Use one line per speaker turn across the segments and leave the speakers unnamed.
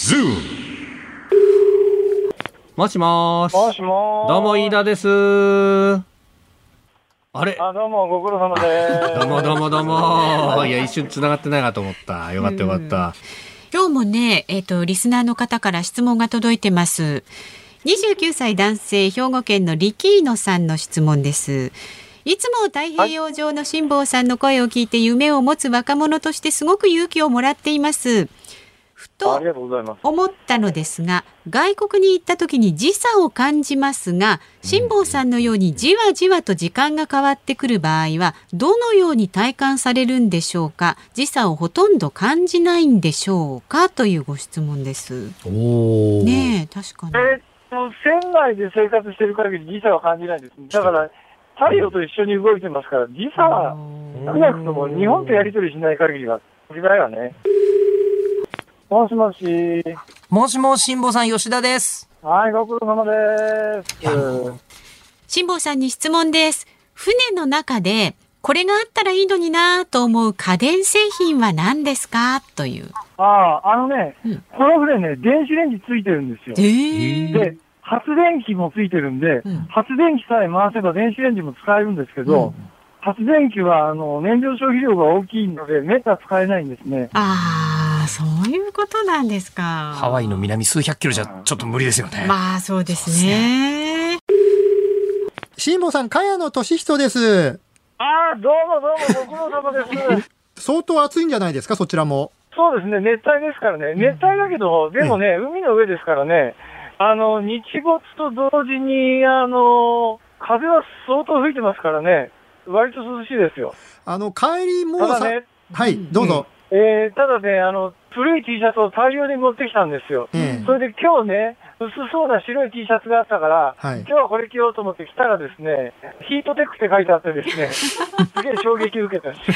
もしもーし。
もしもーし。
どうも飯田です。あれ、
どうもご苦労様です。
どうも。いや、一瞬繋がってないかと思った。よかった。
今日もね、リスナーの方から質問が届いてます。29歳男性、兵庫県のリキーノさんの質問です。いつも太平洋上の辛坊さんの声を聞いて夢を持つ若者としてすごく勇気をもらっています。ふと
ありがとうございます。
思ったのですが、外国に行った時に時差を感じますが、辛坊さんのようにじわじわと時間が変わってくる場合はどのように体感されるんでしょうか。時差をほとんど感じないんでしょうか、というご質問です。ねえ、確かに。
船内で生活している限り時差は感じないです。だから太陽と一緒に動いてますから、時差は少なくとも日本とやり取りしない限りは時代はね。もしもし。
もしもし、辛坊さん、吉田です。
はい、ご苦労様です。
辛坊さんに質問です。船の中でこれがあったらいいのになと思う家電製品は何ですか、という。
この船ね、電子レンジついてるんですよ。で、発電機もついてるんで、発電機さえ回せば電子レンジも使えるんですけど、発電機は燃料消費量が大きいのでめった使えないんですね。
そういうことなんですか。
ハワイの南数百キロじゃちょっと無理ですよね。
まあそうですね。
辛坊さん、茅野俊人です。
どうもご苦労様です。
相当暑いんじゃないですか、そちらも。
そうですね、熱帯ですからね。熱帯だけど、でもね、海の上ですからね、日没と同時に、風は相当吹いてますからね、割と涼しいですよ。
帰りも
ただね、
はい、どうぞ。
ただね、古い T シャツを大量に持ってきたんですよ。それで今日ね、薄そうな白い T シャツがあったから、今日はこれ着ようと思って着たらですね、ヒートテックって書いてあってですね、すげえ衝撃受けたんです。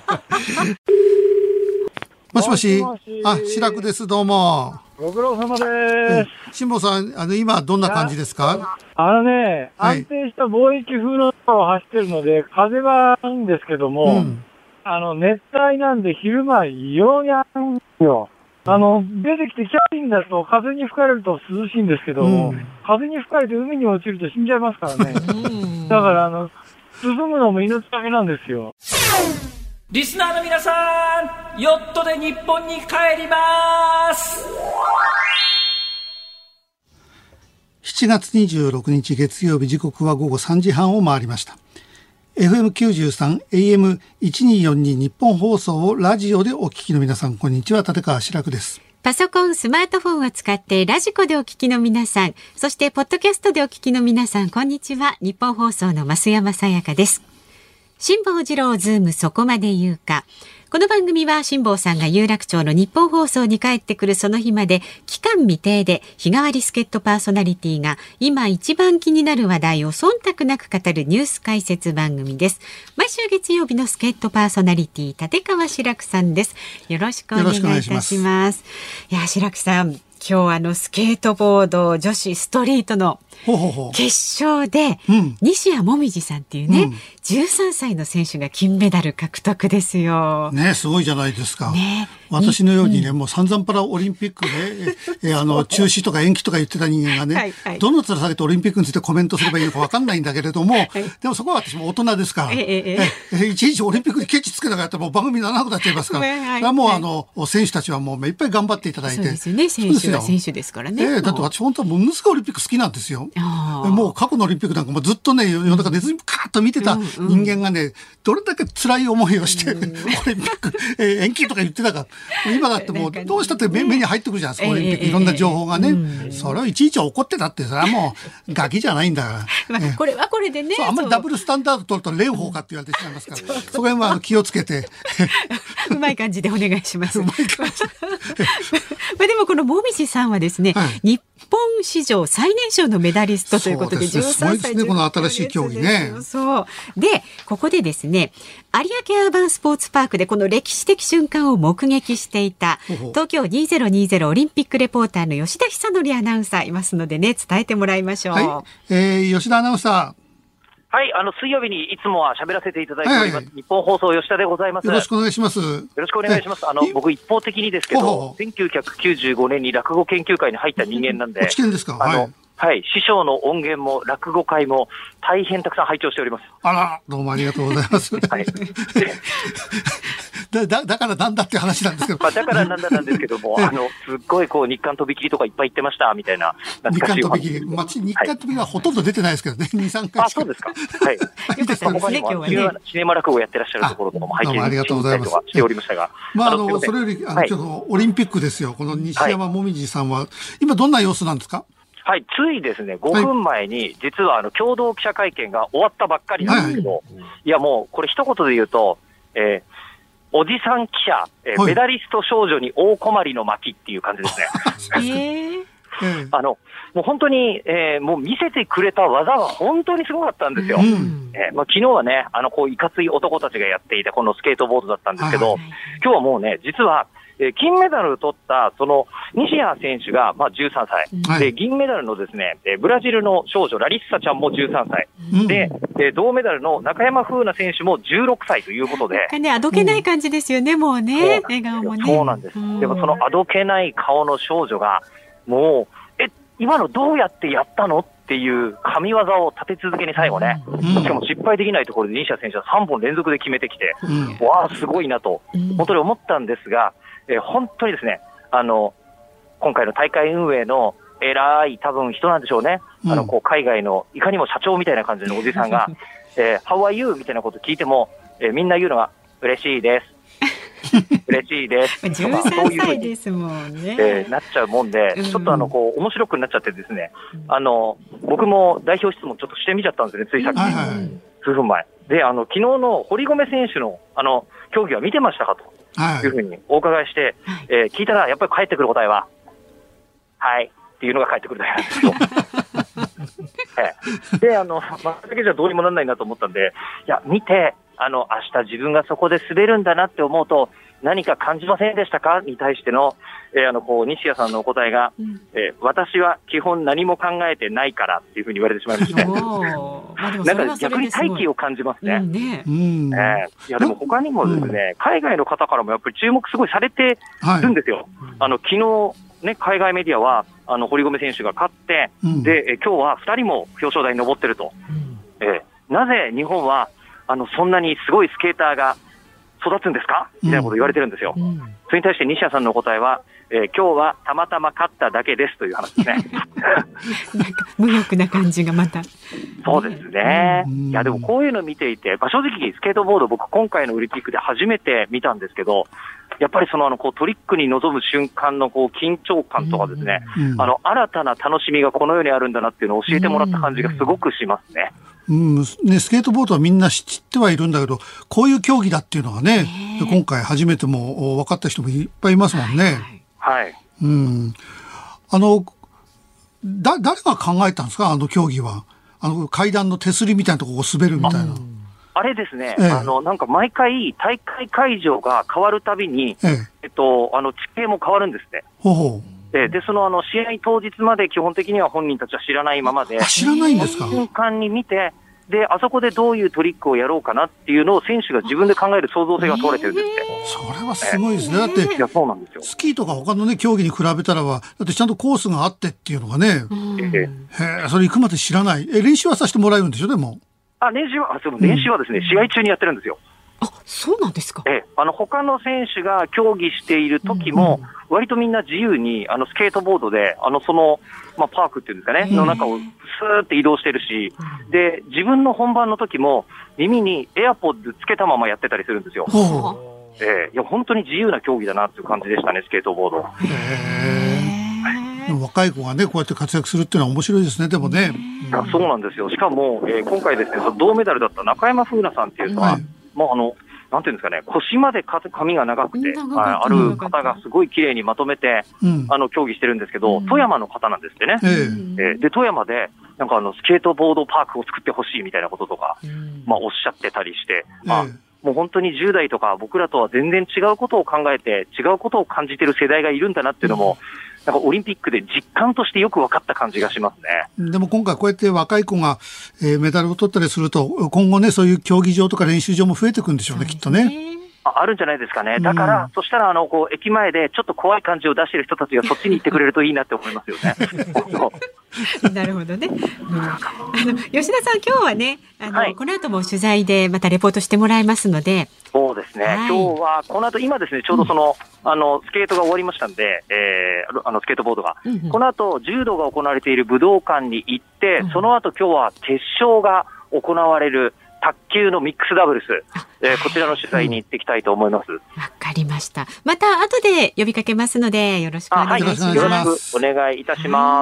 もしもし。白くです。どうも。
ご苦労様です。
辛坊さん、今どんな感じですか？
安定した貿易風の中を走ってるので、風はいいんですけども、熱帯なんで昼間異様に暑いんですよ。出てきてキャビンだと風に吹かれると涼しいんですけども、風に吹かれて海に落ちると死んじゃいますからね。だから進むのも命がけなんですよ。
リスナーの皆さん、ヨットで日本に帰ります。
7月26日月曜日、時刻は午後3時半を回りました。FM93 AM1242 日本放送をラジオでお聞きの皆さん、こんにちは。立川志らくです。
パソコン、スマートフォンを使ってラジコでお聞きの皆さん、そしてポッドキャストでお聞きの皆さん、こんにちは。日本放送の増山さやかです。辛坊治郎ズームそこまで言うか。この番組は辛坊さんが有楽町の日本放送に帰ってくるその日まで期間未定で日替わり助っ人パーソナリティが今一番気になる話題を忖度なく語るニュース解説番組です。毎週月曜日の助っ人パーソナリティ立川志らくさんです。よろしくお願いいたします。いや、志らくさん、今日スケートボード女子ストリートの決勝で西矢椛さんっていうね、13歳の選手が金メダル獲得ですよ。
ね、すごいじゃないですか。私のようにね、もう散々パラオリンピックで、中止とか延期とか言ってた人間がね、どの面下げてオリンピックについてコメントすればいいのか分かんないんだけれども、でもそこは私も大人ですから、いちいちオリンピックにケチつけなかったらもう番組が長くなっちゃいますから、もう選手たちはもういっぱい頑張っていただいて。そうですよね、選手は選手ですからね。だって私本当はものすごいオリンピック好きなんですよ。もう過去のオリンピックなんかもずっとね、夜中寝ずにカーッと見てた人間がね、どれだけ辛い思いをして、オリンピック、延期とか言ってたか。今だってもうどうしたって目に入ってくるじゃないですか、オリンピックいろんな情報がね。それをいちいち怒ってたって、それはもうガキじゃないんだから。
これはこれでね。
あんまりダブルスタンダード取ると蓮舫かって言われてしまいますから、そこは気をつけて。
うまい感じでお願いします。でもこの椛さんはですね、日本史上最年少のメダリストということで、13歳。
すごいですね、この新しい競技ね。
そうで、ここでですね、有明アーバンスポーツパークでこの歴史的瞬間を目撃していた東京2020オリンピックレポーターの吉田久典アナウンサーいますのでね、伝えてもらいましょう。
吉田アナウンサー。
はい、水曜日にいつもは喋らせていただいております、日本放送吉田でございます。
よろしくお願いします。
よろしくお願いします。僕一方的にですけど、1995年に落語研究会に入った人間なんで、
知見ですか？
はい、師匠の音源も落語会も大変たくさん拝聴しております。
あら、どうもありがとうございます。はい、だからなんだって話なんですけど。
だからなんだなんですけども、すっごい日韓飛び切りとかいっぱい言ってました、みたいな。
日韓飛び切り。日韓飛びがほとんど出てないですけどね、2、3回。
あ、そうですか。はい。よかったですね、今日はね。シネマ落語やってらっしゃるところとかも拝見しておりましたが。
それより、ちょっとオリンピックですよ。この西山もみじさんは、今どんな様子なんですか？
はい、ついですね、5分前に、実は共同記者会見が終わったばっかりなんですけど、いやもう、これ一言で言うと、おじさん記者、メダリスト少女に大困りの巻っていう感じですね。もう本当に、もう見せてくれた技は本当にすごかったんですよ。昨日はね、いかつい男たちがやっていたこのスケートボードだったんですけど、今日はもうね、実は、金メダルを取ったその西矢選手が13歳、で銀メダルのですねブラジルの少女ラリッサちゃんも13歳、で銅メダルの中山楓奈選手も16歳ということで、
あどけない感じですよね、もうね、笑顔もね。
そうなんです。でもそのあどけない顔の少女がもう今のどうやってやったのっていう神業を立て続けに最後ね、しかも失敗できないところで西矢選手は3本連続で決めてきて、わあすごいなと本当に思ったんですが、本当にですね、今回の大会運営の偉い多分人なんでしょうね。海外のいかにも社長みたいな感じのおじさんが、How are you? みたいなこと聞いても、みんな言うのが嬉しいです。嬉しいです。
13歳ですもんね。
なっちゃうもんで、ちょっと面白くなっちゃってですね、僕も代表質問ちょっとしてみちゃったんですね、ついさっき。数分前。で、昨日の堀米選手の競技は見てましたかと。いうふうにお伺いして、聞いたらやっぱり返ってくる答えははいっていうのが返ってくるだけなんですよ。でそれだけじゃどうにもならないなと思ったんで、いや見て明日自分がそこで滑るんだなって思うと何か感じませんでしたかに対しての、西矢さんのお答えが、私は基本何も考えてないからっていうふうに言われてしまいましてなんか逆に大気を感じますね。いやでも他にもですね、海外の方からもやっぱり注目すごいされてるんですよ。昨日ね、海外メディアは堀米選手が勝って、で今日は2人も表彰台に上ってると、なぜ日本はそんなにすごいスケーターが育つんですかみたいなことを言われてるんですよ。それに対して西矢さんの答えは、今日はたまたま勝っただけですという話ですね。
なんか無欲な感じがまた。
そうですね。いやでもこういうの見ていて、正直スケートボード僕今回のオリンピックで初めて見たんですけど、やっぱりそのトリックに臨む瞬間の緊張感とかですね、新たな楽しみがこの世にあるんだなっていうのを教えてもらった感じがすごくしますね。
スケートボードはみんな知ってはいるんだけど、こういう競技だっていうのがね、今回初めても分かった人もいっぱいいますもんね。
はい。
誰が考えたんですか、競技は。階段の手すりみたいなところを滑るみたいな。
あれですね、なんか毎回大会会場が変わるたびに、地形も変わるんですね。で、その試合当日まで基本的には本人たちは知らないままで、
知らないんですか。
瞬間に見て、で、あそこでどういうトリックをやろうかなっていうのを選手が自分で考える創造性が問われてるんですって。
それはすごいですね。だって、
いや、そうなんですよ。
スキーとか他のね、競技に比べたらは、だってちゃんとコースがあってっていうのがね、それ行くまで知らない。練習はさせてもらえるんでしょ、でも。
練習はですね、試合中にやってるんですよ。
あ、そうなんですか。
他の選手が競技している時も、割とみんな自由に、スケートボードで、パークっていうんですかね、の中をスーって移動してるし、で、自分の本番の時も、耳にエアポッドつけたままやってたりするんですよ。いや、本当に自由な競技だなっていう感じでしたね、スケートボード。
若い子がね、こうやって活躍するっていうのは面白いですね、でもね。
そうなんですよ。しかも、今回ですね、銅メダルだった中山楓奈さんっていうのは、もうなんていうんですかね、腰まで髪が長くて、ある方がすごい綺麗にまとめて、競技してるんですけど、富山の方なんですってね。で、富山で、なんかスケートボードパークを作ってほしいみたいなこととか、おっしゃってたりして、もう本当に10代とか僕らとは全然違うことを考えて、違うことを感じてる世代がいるんだなっていうのも、 なんかオリンピックで実感としてよく分かった感じがしますね。
でも今回こうやって若い子が、メダルを取ったりすると、今後ね、そういう競技場とか練習場も増えてくるんでしょうね、きっとね。
あるんじゃないですかね。だから、そしたら駅前でちょっと怖い感じを出している人たちがそっちに行ってくれるといいなって思いますよね。
なるほどね。吉田さん、今日はね、この後も取材でまたレポートしてもらいますので。
そうですね。今日はこの後、今ですね、ちょうどスケートが終わりましたんで、スケートボードが、この後柔道が行われている武道館に行って、その後今日は決勝が行われる卓球のミックスダブルス、こちらの取材に行っていきたいと思います。わ
かりました。また後で呼びかけますので、よろしくお願いします。
よろしくお願いいたします。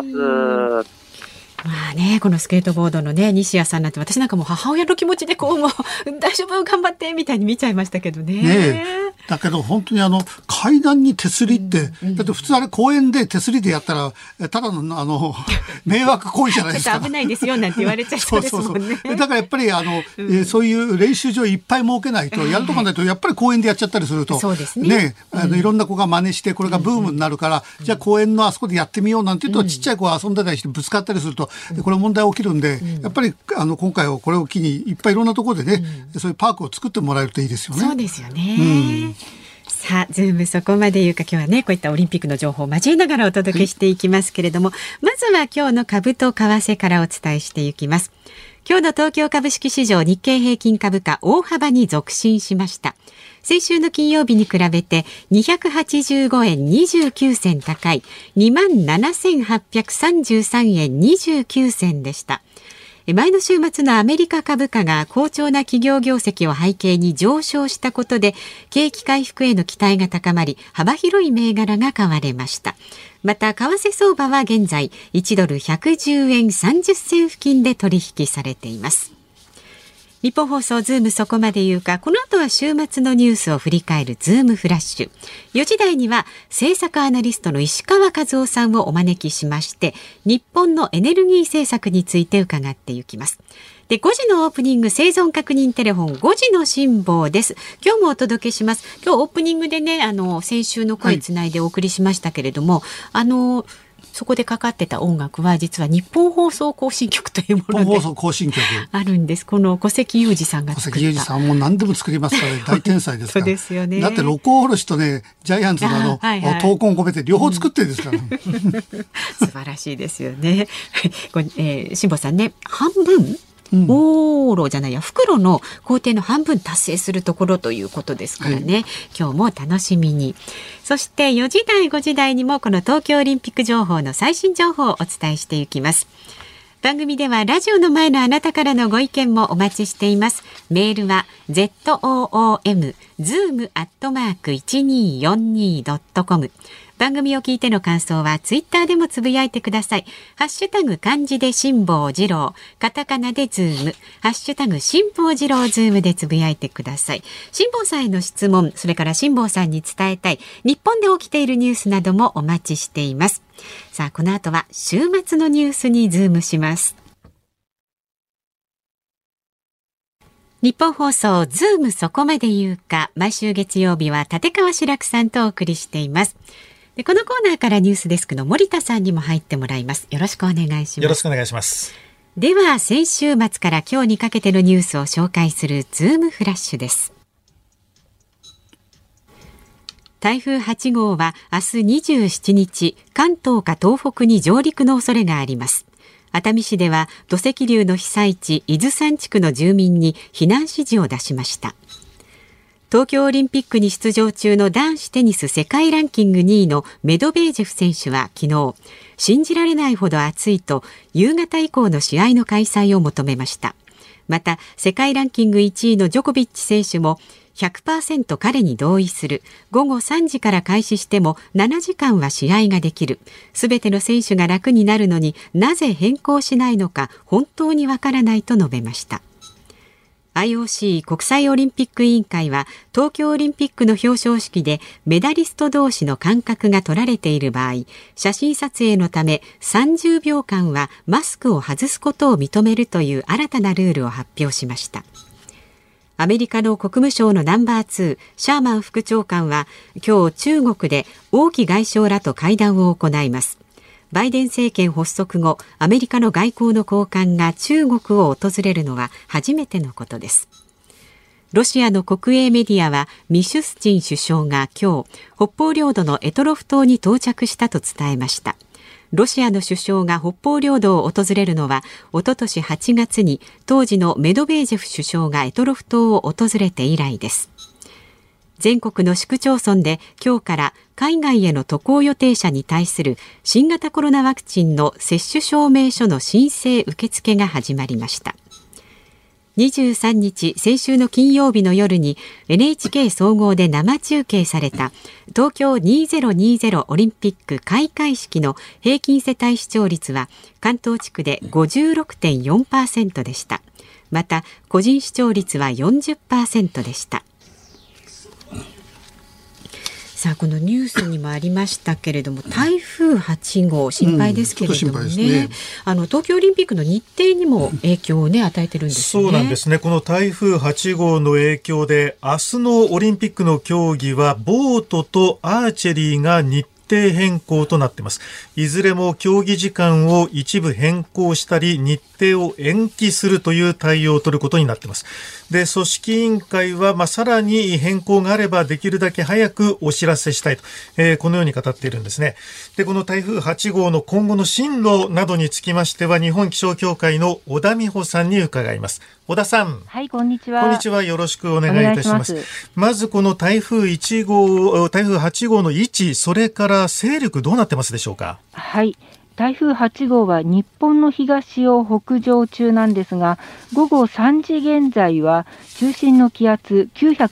まあね、このスケートボードのね、西矢さんなんて、私なんかもう母親の気持ちでもう大丈夫頑張ってみたいに見ちゃいましたけどね。
だけど本当に階段に手すりって、だって普通あれ公園で手すりでやったらただの迷惑行為じゃないですか。
ちょっと危ないですよなんて言われちゃいそうですもんね。
だからやっぱりそういう練習場いっぱい設けないと、やるとかないとやっぱり公園でやっちゃったりすると、
そうですね。
いろんな子が真似してこれがブームになるから、じゃあ公園のあそこでやってみようなんて言うと、ちっちゃい子が遊んでたりしてぶつかったりすると、これ問題起きるんで、やっぱり今回はこれを機にいっぱいいろんなところでね、そういうパークを作ってもらえるといいですよね。
そうですよね。さあ、ズームそこまで言うか、今日はね、こういったオリンピックの情報を交えながらお届けしていきますけれども、まずは今日の株と為替からお伝えしていきます。今日の東京株式市場、日経平均株価大幅に続伸しました。先週の金曜日に比べて285円29銭高い 27,833 円29銭でした。前の週末のアメリカ株価が好調な企業業績を背景に上昇したことで、景気回復への期待が高まり、幅広い銘柄が買われました。また為替相場は現在1ドル110円30銭付近で取引されています。日本放送ズームそこまで言うか、この後は週末のニュースを振り返るズームフラッシュ。4時台には政策アナリストの石川和夫さんをお招きしまして、日本のエネルギー政策について伺っていきます。で、5時のオープニング生存確認テレフォン5時の辛抱です。今日もお届けします。今日オープニングでね、先週の声つないでお送りしましたけれども、そこでかかってた音楽は実は日本放送行進曲というもので、
日本放送行進曲
あるんです。この小関裕二さんが作った。
小関裕二さんも何でも作りますから、ね、大天才ですから。
そうですよね。
だって六甲おろしとね、ジャイアンツの闘魂込めて両方作ってるんですから、
素晴らしいですよね。辛坊さんね、半分袋の工程の半分達成するところということですからね、今日も楽しみに。そして4時台5時台にもこの東京オリンピック情報の最新情報をお伝えしていきます。番組ではラジオの前のあなたからのご意見もお待ちしています。メールは zoom@1242.com。番組を聞いての感想はツイッターでもつぶやいてください。ハッシュタグ漢字で辛坊治郎、カタカナでズーム、ハッシュタグ辛坊治郎ズームでつぶやいてください。辛坊さんへの質問、それから辛坊さんに伝えたい日本で起きているニュースなどもお待ちしています。さあ、この後は週末のニュースにズームします。日本放送ズームそこまで言うか、毎週月曜日は立川志らくさんとお送りしています。で、このコーナーからニュースデスクの森田さんにも入ってもらいます。よろしくお願いします。
よろしくお願いします。
では、先週末から今日にかけてのニュースを紹介するズームフラッシュです。台風8号は明日27日、関東か東北に上陸の恐れがあります。熱海市では土石流の被災地伊豆山地区の住民に避難指示を出しました。東京オリンピックに出場中の男子テニス世界ランキング2位のメドベージェフ選手は昨日、信じられないほど暑いと夕方以降の試合の開催を求めました。また世界ランキング1位のジョコビッチ選手も 100% 彼に同意する、午後3時から開始しても7時間は試合ができる、すべての選手が楽になるのになぜ変更しないのか本当にわからないと述べました。IOC 国際オリンピック委員会は東京オリンピックの表彰式でメダリスト同士の間隔が取られている場合、写真撮影のため30秒間はマスクを外すことを認めるという新たなルールを発表しました。 アメリカの国務省のナンバー2シャーマン副長官は今日中国で王毅外相らと会談を行います。バイデン政権発足後、アメリカの外交の高官が中国を訪れるのは初めてのことです。ロシアの国営メディアはミシュスチン首相が今日北方領土の択捉島に到着したと伝えました。ロシアの首相が北方領土を訪れるのはおととし8月に当時のメドベージェフ首相が択捉島を訪れて以来です。全国の市区町村で今日から海外への渡航予定者に対する新型コロナワクチンの接種証明書の申請受付が始まりました。23日、先週の金曜日の夜に NHK 総合で生中継された東京2020オリンピック開会式の平均世帯視聴率は関東地区で 56.4% でした。また個人視聴率は 40% でした。さあ、このニュースにもありましたけれども、台風8号心配ですけれどもね、東京オリンピックの日程にも影響を、与えてるんですね。
そうなんですね。この台風8号の影響で明日のオリンピックの競技はボートとアーチェリーが日程変更となっています。いずれも競技時間を一部変更したり日程を延期するという対応を取ることになっています。で、組織委員会は、さらに変更があればできるだけ早くお知らせしたいと、このように語っているんですね。で、この台風8号の今後の進路などにつきましては日本気象協会の小田美穂さんに伺います。小田さん。
はい、こんにちは。
こんにちは。よろしくお願いいたします。まずこの台風8号の位置、それから勢力どうなってますでしょうか。
はい。台風8号は日本の東を北上中なんですが、午後3時現在は中心の気圧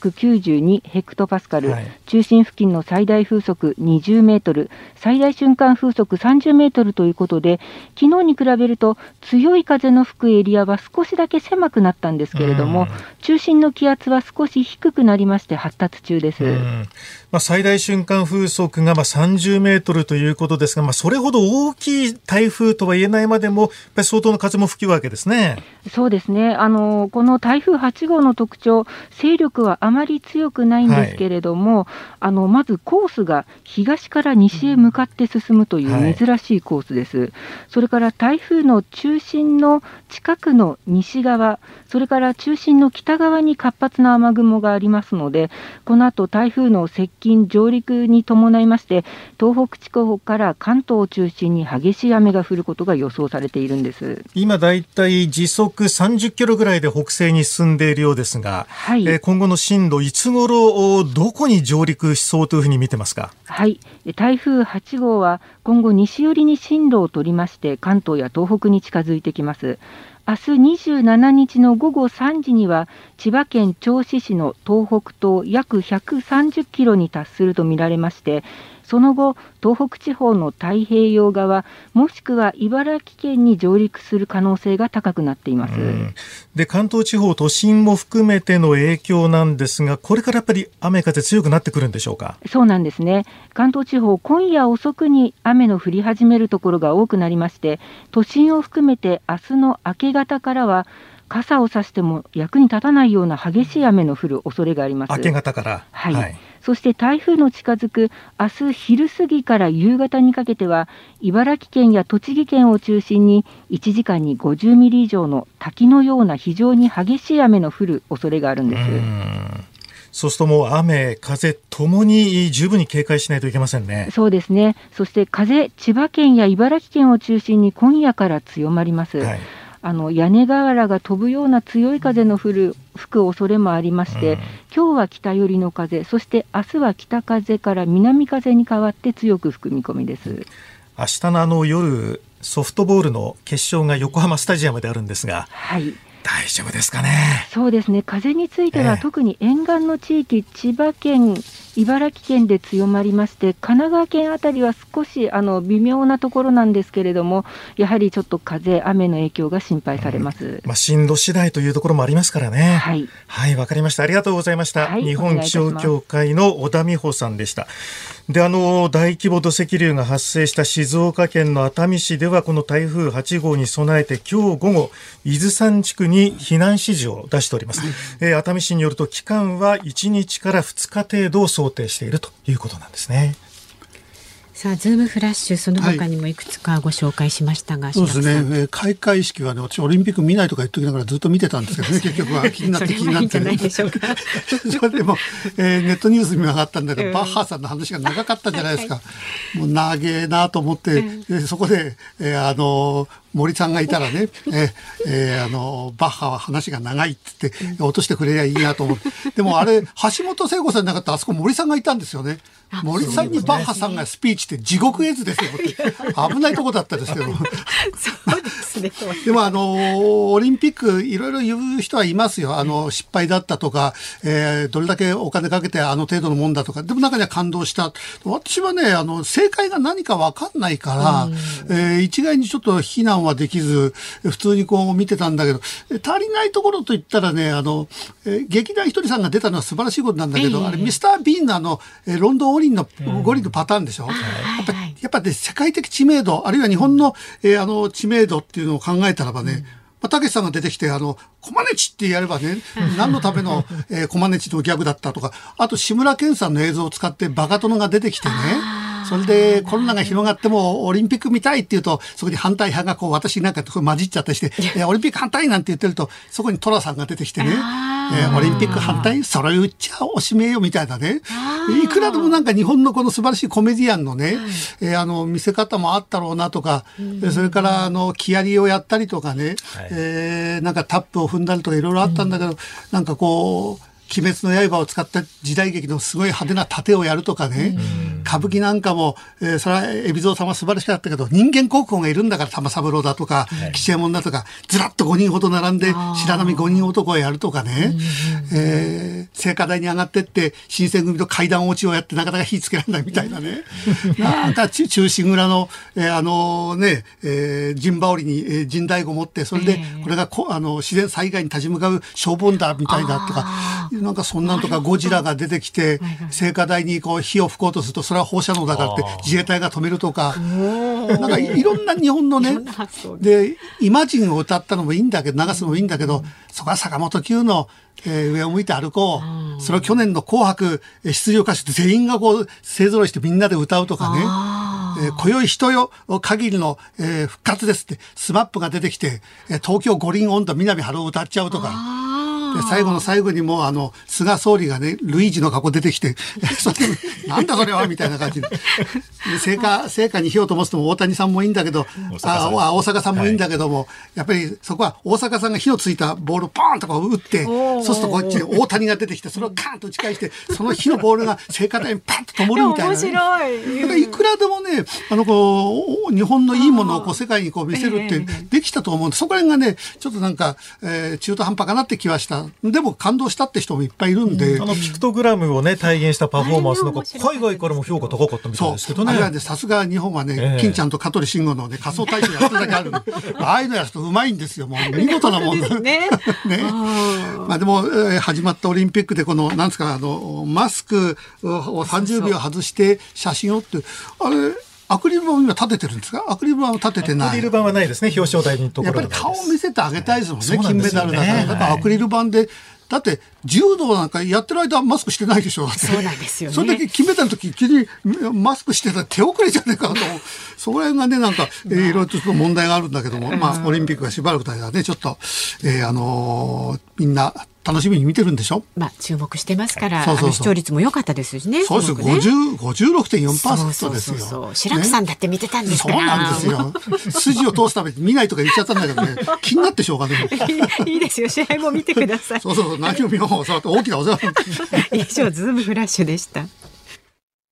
992ヘクトパスカル、はい、中心付近の最大風速20メートル、最大瞬間風速30メートルということで、昨日に比べると強い風の吹くエリアは少しだけ狭くなったんですけれども、中心の気圧は少し低くなりまして発達中です。
最大瞬間風速が30メートルということですが、それほど大きい台風とは言えないまでもやっぱり相当の風も吹くわけですね。
そうですね。この台風8号の特徴、勢力はあまり強くないんですけれども、まずコースが東から西へ向かって進むという珍しいコースです。それから台風の中心の近くの西側、それから中心の北側に活発な雨雲がありますので、この後台風の接近上陸に伴いまして東北地方から関東を中心に激しい雨が降ることが予想されているんです。
今だいたい時速30キロぐらいで北西に進んでいるようですが、はい、今後の進路いつ頃どこに上陸しそうというふうに見てますか。
はい、台風8号は今後西寄りに進路を取りまして関東や東北に近づいてきます。明日27日の午後3時には千葉県銚子市の東北東約130キロに達するとみられまして、その後東北地方の太平洋側もしくは茨城県に上陸する可能性が高くなっています。
で、関東地方都心も含めての影響なんですが、これからやっぱり雨風強くなってくるんでしょうか。
そうなんですね。関東地方今夜遅くに雨の降り始めるところが多くなりまして、都心を含めて明日の明け方からは傘を差しても役に立たないような激しい雨の降る恐れがあります。
明け方から、
はいはい、そして台風の近づく明日昼過ぎから夕方にかけては茨城県や栃木県を中心に1時間に50ミリ以上の滝のような非常に激しい雨の降る恐れがあるんです。
そうするともう雨風ともに十分に警戒しないといけませんね。
そうですね。そして風、千葉県や茨城県を中心に今夜から強まります。はい、屋根瓦が飛ぶような強い風の吹く恐れもありまして、今日は北寄りの風、そして明日は北風から南風に変わって強く吹く見込みです。
明日の夜ソフトボールの決勝が横浜スタジアムであるんですが、
はい、
大丈夫ですかね。
そうですね。風については特に沿岸の地域、千葉県茨城県で強まりまして、神奈川県あたりは少し微妙なところなんですけれども、やはりちょっと風、雨の影響が心配されます。
進路次第というところもありますからね。
はい。
はい、わかりました。ありがとうございました。
はい、
日本気象協会の小田美穂さんでした。で、大規模土石流が発生した静岡県の熱海市では、この台風8号に備えて今日午後、伊豆山地区に避難指示を出しております。熱海市によると期間は1日から2日程度を想定しているということなんですね。
さあ、ズームフラッシュ、その他にもいくつかご紹介しましたが、
そうですね、開会式はね、私オリンピック見ないとか言っときながらずっと見てたんですけどね、結局は気になって気になって、ね、それでも、ネットニュースにも上がったんだけど、バッハさんの話が長かったじゃないですか。もう長えなと思って、そこで、森さんがいたらね、バッハは話が長いって言って落としてくれりゃいいなと思って。でもあれ、橋本聖子さんなかったらあそこ森さんがいたんですよね。森さんにバッハさんがスピーチって地獄絵図ですよって危ないとこだったですけど。
そうですね。
でもオリンピックいろいろ言う人はいますよ。失敗だったとか、どれだけお金かけて程度のもんだとか。でも中には感動した。私はね、正解が何か分かんないから、一概にちょっと非難はできず、普通にこう見てたんだけど、足りないところといったらね、劇団ひとりさんが出たのは素晴らしいことなんだけど、あれミスター・ビーンのロンドン五輪のパターンでしょ。やっぱね、世界的知名度、あるいは日本の、知名度っていうのを考えたらばね、たけしさんが出てきて、コマネチってやればね、何のための、コマネチのギャグだったとか、あと志村けんさんの映像を使ってバカ殿が出てきてね、それでコロナが広がってもオリンピック見たいって言うと、そこに反対派がこう私なんかと混じっちゃったりして、オリンピック反対なんて言ってると、そこに寅さんが出てきてね、オリンピック反対それ言っちゃおしめよみたいなね、いくらでもなんか日本のこの素晴らしいコメディアンのね、見せ方もあったろうなとか、それから木槍をやったりとかね、なんかタップを踏んだりとかいろいろあったんだけど、なんかこう鬼滅の刃を使った時代劇のすごい派手な盾をやるとかね、歌舞伎なんかも、それは海老蔵様素晴らしかったけど、人間国宝がいるんだから玉三郎だとか、吉右衛門だとか、ずらっと5人ほど並んで白波5人男をやるとかね、聖火台に上がってって新選組と階段落ちをやってなかなか火つけられないみたいなね、なんか中心蔵の、陣羽織に陣太鼓持って、それでこれが自然災害に立ち向かう消防だみたいだとか、なんかそんなんとかゴジラが出てきて聖火台にこう火を吹こうとすると、それは放射能だからって自衛隊が止めるとか、なんかいろんな日本のね、でイマジンを歌ったのもいいんだけど、流すのもいいんだけど、そこは坂本九の、上を向いて歩こう、それを去年の紅白出場歌手全員がこう勢ぞろいしてみんなで歌うとかね、今宵人よ限りの、復活ですってスマップが出てきて、東京五輪音頭南春を歌っちゃうとか。で最後の最後にも菅総理がねルイージの格好出てきてなんだそれはみたいな感じで聖火に火を灯すのも大谷さんもいいんだけど、大坂さんもいいんだけども、やっぱりそこは大坂さんが火のついたボールをポーンとか打って、そうするとこっちに大谷が出てきて、それをカーンと打ち返して、その火のボールが聖火台にパンと灯るみたいな、ね、面白い。だからいくらでもね、日本のいいものをこう世界にこう見せるってできたと思うんで、そこら辺がねちょっとなんか、中途半端かなって気はした。でも感動したって人もいっぱいいるんで、
ピクトグラムをね体現したパフォーマンスなんか海外からも評価高かったみたいですけどね。
あれはね、さすが日本はね、金ちゃんと香取慎吾のね仮装大賞やっただけあるああいうのやるとうまいんですよ。もう見事なもんだね。まあでも、始まったオリンピックでこのなんですか、マスクを30秒外して写真をって、あれアクリル板を今立ててるんですか？アクリル板を立ててない。
アクリル板はないですね。表彰台のところ。
やっぱり顔を見せてあげたいですもんね。金メダルだから。だからアクリル板で、だって柔道なんかやってる間マスクしてないでしょ。
そうなんですよね。
それだけ金メダルの時急にマスクしてたら手遅れじゃねえかと。そこら辺がねなんかいろいろと問題があるんだけども、まあオリンピックがしばらくの間ねちょっと、みんな楽しみに見てるんでしょ。
まあ注目してますから、視聴率も良かったですしね。
そうですよ、56.4% ですよ。
そう白くさんだって見てたんですから。
そうなんですよ。筋を通すために見ないとか言っちゃったんだけどね、気になってしょうがね。
いいですよ、試合も見てください。
そう、何を見よう、そう大きなお世話。
以上ズームフラッシュでした。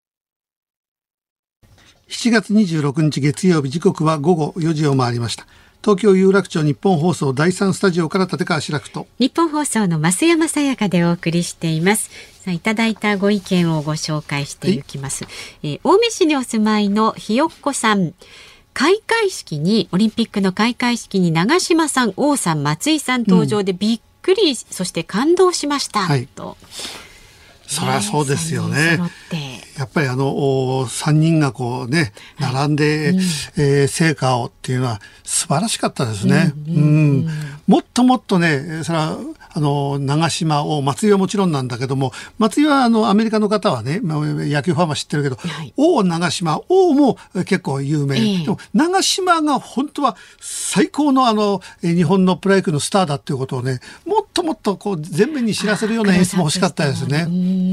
7月26日月曜日、時刻は午後4時を回りました。 東京有楽町日本放送第3スタジオから立川志らくと
日本放送の増山さやかでお送りしています。さあ、いただいたご意見をご紹介していきます。青梅市にお住まいのひよっこさん、開会式にオリンピックの開会式に長嶋さん、王さん、松井さん登場でびっくり、そして感動しました、と。
そりゃそうですよね。やっぱり3人がこうね並んで、成果をっていうのは素晴らしかったですね。もっともっとね、それは長嶋を、松井はもちろんなんだけども、松井はアメリカの方はね、野球ファンは知ってるけど、王長嶋、王も結構有名。でも長嶋が本当は最高の日本のプロ野球のスターだっていうことをね、もっともっとこう全面に知らせるような演出も欲しかったですね。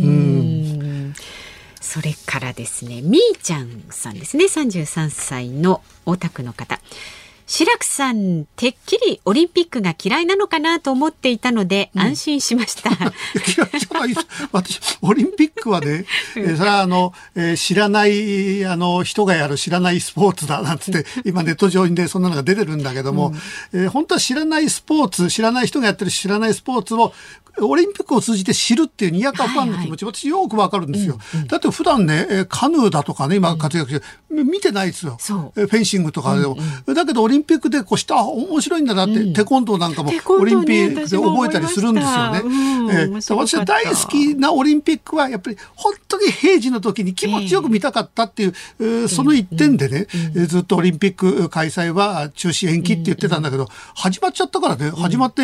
それからですね、みーちゃんさんですね、33歳の大田区の方。志らくさん、てっきりオリンピックが嫌いなのかなと思っていたので安心しました。
嫌いじゃない。私オリンピックはね、それは知らない人がやる知らないスポーツだなんつって今ネット上にでそんなのが出てるんだけども、本当は知らないスポーツ、知らない人がやってる知らないスポーツをオリンピックを通じて知るっていうにやかファンの気持ち、私よくわかるんですよ。だって普段ね、カヌーだとかね、今活躍して見てないですよ。フェンシングとかでも。だけどオリンピックでこうした面白いんだなって、テコンドーなんかもオリンピックで覚えたりするんですよね。私は大好きなオリンピックはやっぱり本当に平時の時に気持ちよく見たかったっていう、その一点でね、ずっとオリンピック開催は中止延期って言ってたんだけど、始まっちゃったからね、始まって、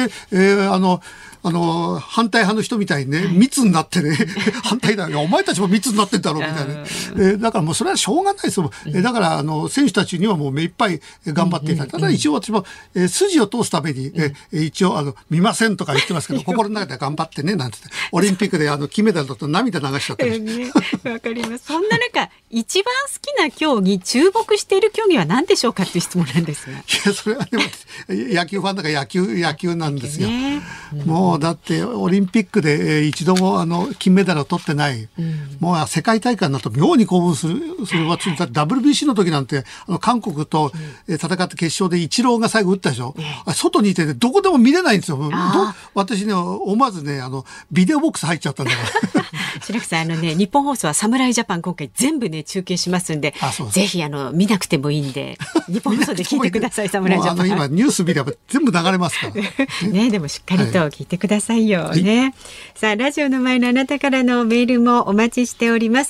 反対派の人みたいにね、密になってね、反対だよ。お前たちも密になってんだろうみたいな。だからもうそれはしょうがないですよ。だから選手たちにはもう目いっぱい頑張っていただいて、ただ一応私も筋を通すために、一応見ませんとか言ってますけど、心の中では頑張ってね、なんて言って、オリンピックで金メダルだと涙流しちゃってる。
わかります。そんな中、一番好きな競技、注目している競技は何でしょうかっていう質問なんですが。い
や、それはでも、野球ファンだから野球なんですよ。もうだってオリンピックで一度も金メダルを取ってない、もう世界大会になると妙に興奮するWBC の時なんて韓国と戦って決勝でイチローが最後打ったでしょ。外にいて、ね、どこでも見れないんですよ。私ね、思わずねビデオボックス入っちゃったんだから
志らくさん日本放送は侍ジャパン今回全部ね中継しますんで、ぜひ見なくてもいいんで日本放送で聞いてください。侍ジャパン
今ニュース見れば全部流れますから
ね。でもしっかりと聞いてくださいよね。さあ、ラジオの前のあなたからのメールもお待ちしております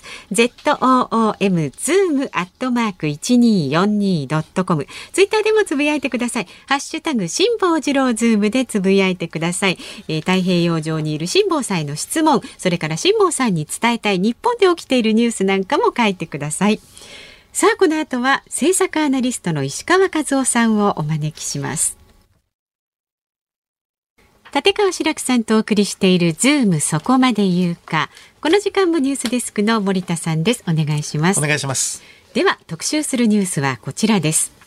。zoom@1242.com、 ツイッターでもつぶやいてください。ハッシュタグ辛坊治郎ズームでつぶやいてください。太平洋上にいる辛坊さんへの質問、それから辛坊さんに伝えたい日本で起きているニュースなんかも書いてください。さあ、この後は政策アナリストの石川和夫さんをお招きします。立川志らくさんとお送りしているズームそこまで言うか。この時間もニュースデスクの森田さんです。お願いします。
お願いします。
では特集するニュースはこちらです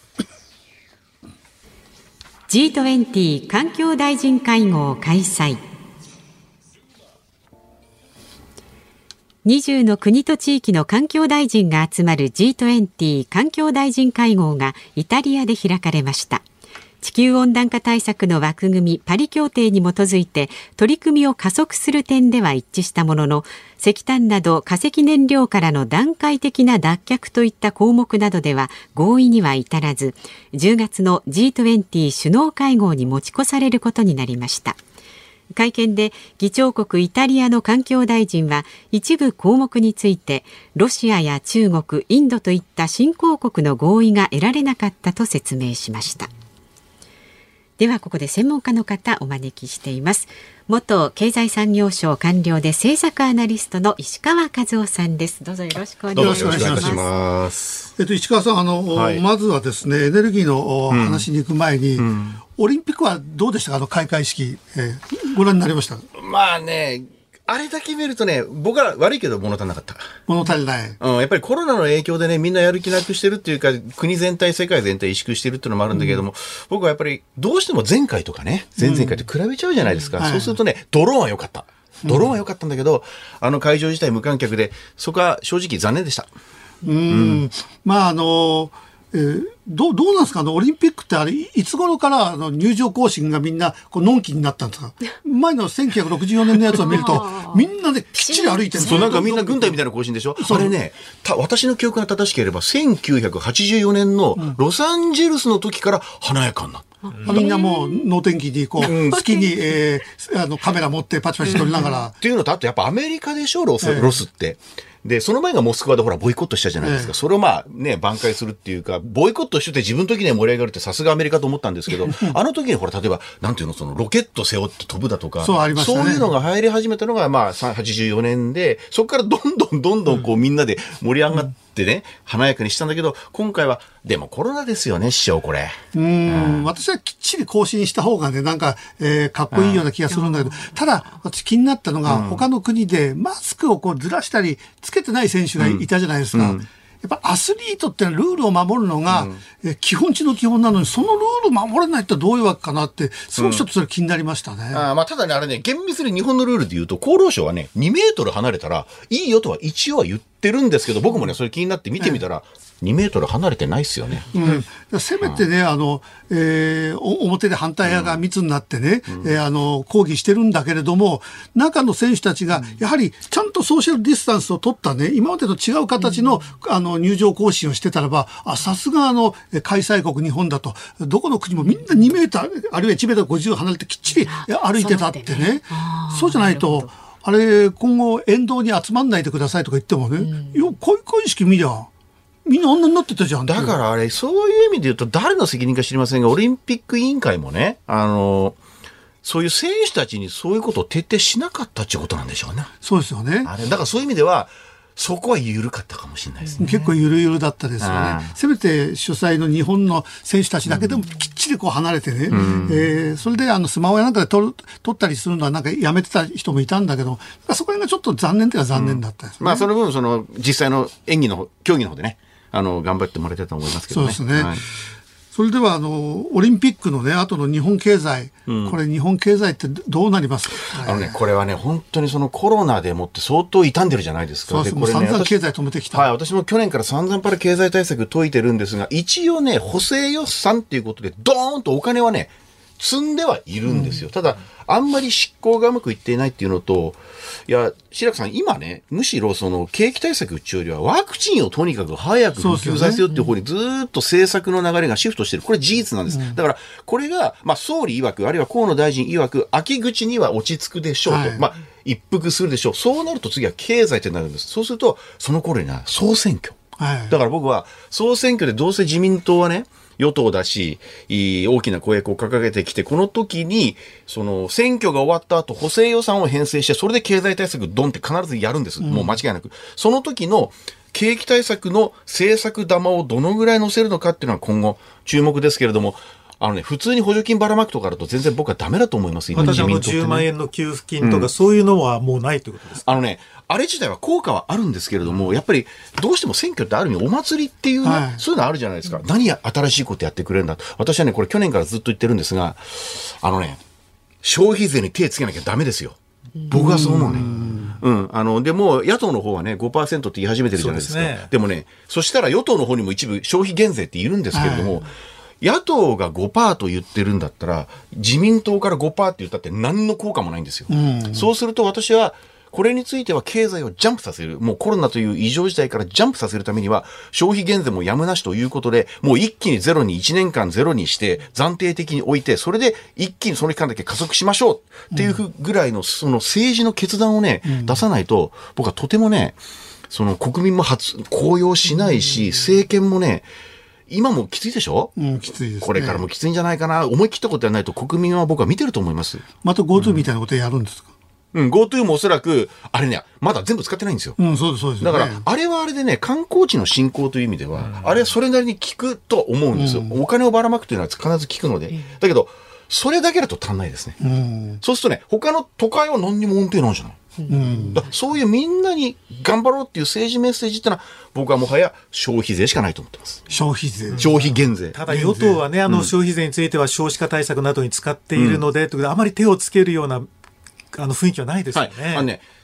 。G20 環境大臣会合開催。20の国と地域の環境大臣が集まる G20 環境大臣会合がイタリアで開かれました。地球温暖化対策の枠組みパリ協定に基づいて取り組みを加速する点では一致したものの、石炭など化石燃料からの段階的な脱却といった項目などでは合意には至らず、10月の G20 首脳会合に持ち越されることになりました。会見で議長国イタリアの環境大臣は一部項目についてロシアや中国、インドといった新興国の合意が得られなかったと説明しました。ではここで専門家の方お招きしています。元経済産業省官僚で政策アナリストの石川和夫さんです。どうぞよろしくお願いします。
石川さんまずはですね、エネルギーの話に行く前に、オリンピックはどうでしたか、開会式、ご覧になりました？
まあね、あれだけ見るとね、僕は悪いけど物足りなかった。
物足りない。
やっぱりコロナの影響でね、みんなやる気なくしてるっていうか、国全体、世界全体萎縮してるっていうのもあるんだけれども、僕はやっぱりどうしても前回とかね、前々回と比べちゃうじゃないですか。そうするとね、ドローンは良かった。ドローンは良かったんだけど、会場自体無観客で、そこは正直残念でした。
まあどうなんですかオリンピックってあれ、いつ頃から入場行進がみんなこうのんきになったんですか？前の1964年のやつを見ると、みんなできっちり歩いてる。
そう、なんかみんな軍隊みたいな行進でしょ。それね、私の記憶が正しければ、1984年のロサンゼルスの時から華やかになった。
みんなもう能天気にこう、好きに、カメラ持ってパチパチ撮りながら。
っていうのと、あとやっぱアメリカでしょ、ロスって。で、その前がモスクワでほら、ボイコットしたじゃないですか。それをまあね、挽回するっていうか、ボイコットしてて自分の時には盛り上がるってさすがアメリカと思ったんですけど、あの時にほら、例えば、なんていうの、そのロケット背負って飛ぶだとか、
そう
いうのが入り始めたのが、まあ、84年で、そこからどんどんこうみんなで盛り上がってね、華やかにしたんだけど、今回は、でもコロナですよね、師匠、これ。
私はきっちり更新した方がね、なんか、かっこいいような気がするんだけど、ただ、私気になったのが、他の国でマスクをこうずらしたり、つけてない選手がいたじゃないですか。やっぱアスリートってルールを守るのが、基本中の基本なのに、そのルール守れないってどういうわけかなって、すごくちょっとそれ気になりましたね。
まあ、ただね、あれね、厳密に日本のルールで言うと、厚労省はね、2メートル離れたらいいよとは一応は言ってるんですけど、僕もね、それ気になって見てみたら、2メートル離れてないっすよね。
せめてね、表で反対派が密になってね、抗議してるんだけれども、中の選手たちが、やはりちゃんとソーシャルディスタンスを取ったね、今までと違う形の、入場行進をしてたらば、さすが開催国日本だと、どこの国もみんな2メーター、あるいは1メーター50離れてきっちり歩いてたってね。そうじゃないと、あれ、今後沿道に集まんないでくださいとか言ってもね、こういう意識見りゃ、みんなあんなになってたじゃん。
だからあれ、そういう意味で言うと誰の責任か知りませんが、オリンピック委員会もね、そういう選手たちにそういうことを徹底しなかったっていうことなんでしょうね。
そうですよね。
だからそういう意味では、そこは緩かったかもしれないですね。
結構ゆるゆるだったですよね。せめて主催の日本の選手たちだけでもきっちりこう離れてね、それでスマホやなんかで撮ったりするのはなんかやめてた人もいたんだけど、そこがちょっと残念というか残念だったですね。
まあその分実際の演技の競技の方でね、頑張ってもらいたいと思いますけどね。
そうですね。それではオリンピックのね、後の日本経済、これ日本経済ってどうなりますか？
これはね、本当にコロナでもって相当傷んでるじゃないですか。
そうです。もう散々経済止めてきた。
私も去年から散々パラ経済対策解いてるんですが、一応ね、補正予算っていうことで、ドーンとお金はね、積んではいるんですよ。ただ、あんまり執行がうまくいっていないっていうのと、いや、白くさん、今ね、むしろ景気対策っていうよりは、ワクチンをとにかく早く普及させようっていう方にずっと政策の流れがシフトしてる。これ事実なんです。だから、これが、総理曰く、あるいは河野大臣曰く、秋口には落ち着くでしょうと。一服するでしょう。そうなると次は経済ってなるんです。そうすると、その頃には総選挙。だから僕は、総選挙でどうせ自民党はね、与党だし、大きな公約を掲げてきて、この時に、選挙が終わった後、補正予算を編成して、それで経済対策ドンって必ずやるんです。もう間違いなく。その時の、景気対策の政策玉をどのぐらい乗せるのかっていうのは今後、注目ですけれども、普通に補助金ばらまくとかだと全然僕はダメだと思います。
私は10万円の給付金とか、そういうのはもうないということですか？
あれ自体は効果はあるんですけれども、やっぱりどうしても選挙ってある意味お祭りっていうね、そういうのあるじゃないですか。何や新しいことやってくれるんだと。私はね、これ去年からずっと言ってるんですが、消費税に手つけなきゃダメですよ。僕はそう思うね。でも野党の方はね 5% って言い始めてるじゃないですか。でもね、そしたら与党の方にも一部消費減税っているんですけれども、野党が 5% と言ってるんだったら自民党から 5% って言ったって何の効果もないんですよ。そうすると私はこれについては経済をジャンプさせる。もうコロナという異常事態からジャンプさせるためには消費減税もやむなしということで、もう一気にゼロに1年間ゼロにして暫定的に置いて、それで一気にその期間だけ加速しましょうっていうぐらいの政治の決断をね、出さないと僕はとてもね、国民も高揚しないし、政権もね、今もきついでしょ？
きついですね。
これからもきついんじゃないかな。思い切ったことやらないと国民は僕は見てると思います。
また GoTo みたいなことやるんですか
？GoTo もおそらく、あれね、まだ全部使ってないんですよ。
そうです。
だから、あれはあれでね、観光地の振興という意味では、あれはそれなりに効くと思うんですよ。お金をばらまくというのは必ず効くので。だけど、それだけだと足んないですね。そうするとね、他の都会は何にも恩恵なんじゃない。そういうみんなに頑張ろうっていう政治メッセージってのは僕はもはや消費税しかないと思ってます。
消費税、
消費減税。
ただ与党はね、消費税については少子化対策などに使っているので、あまり手をつけるような雰囲気はないですよね。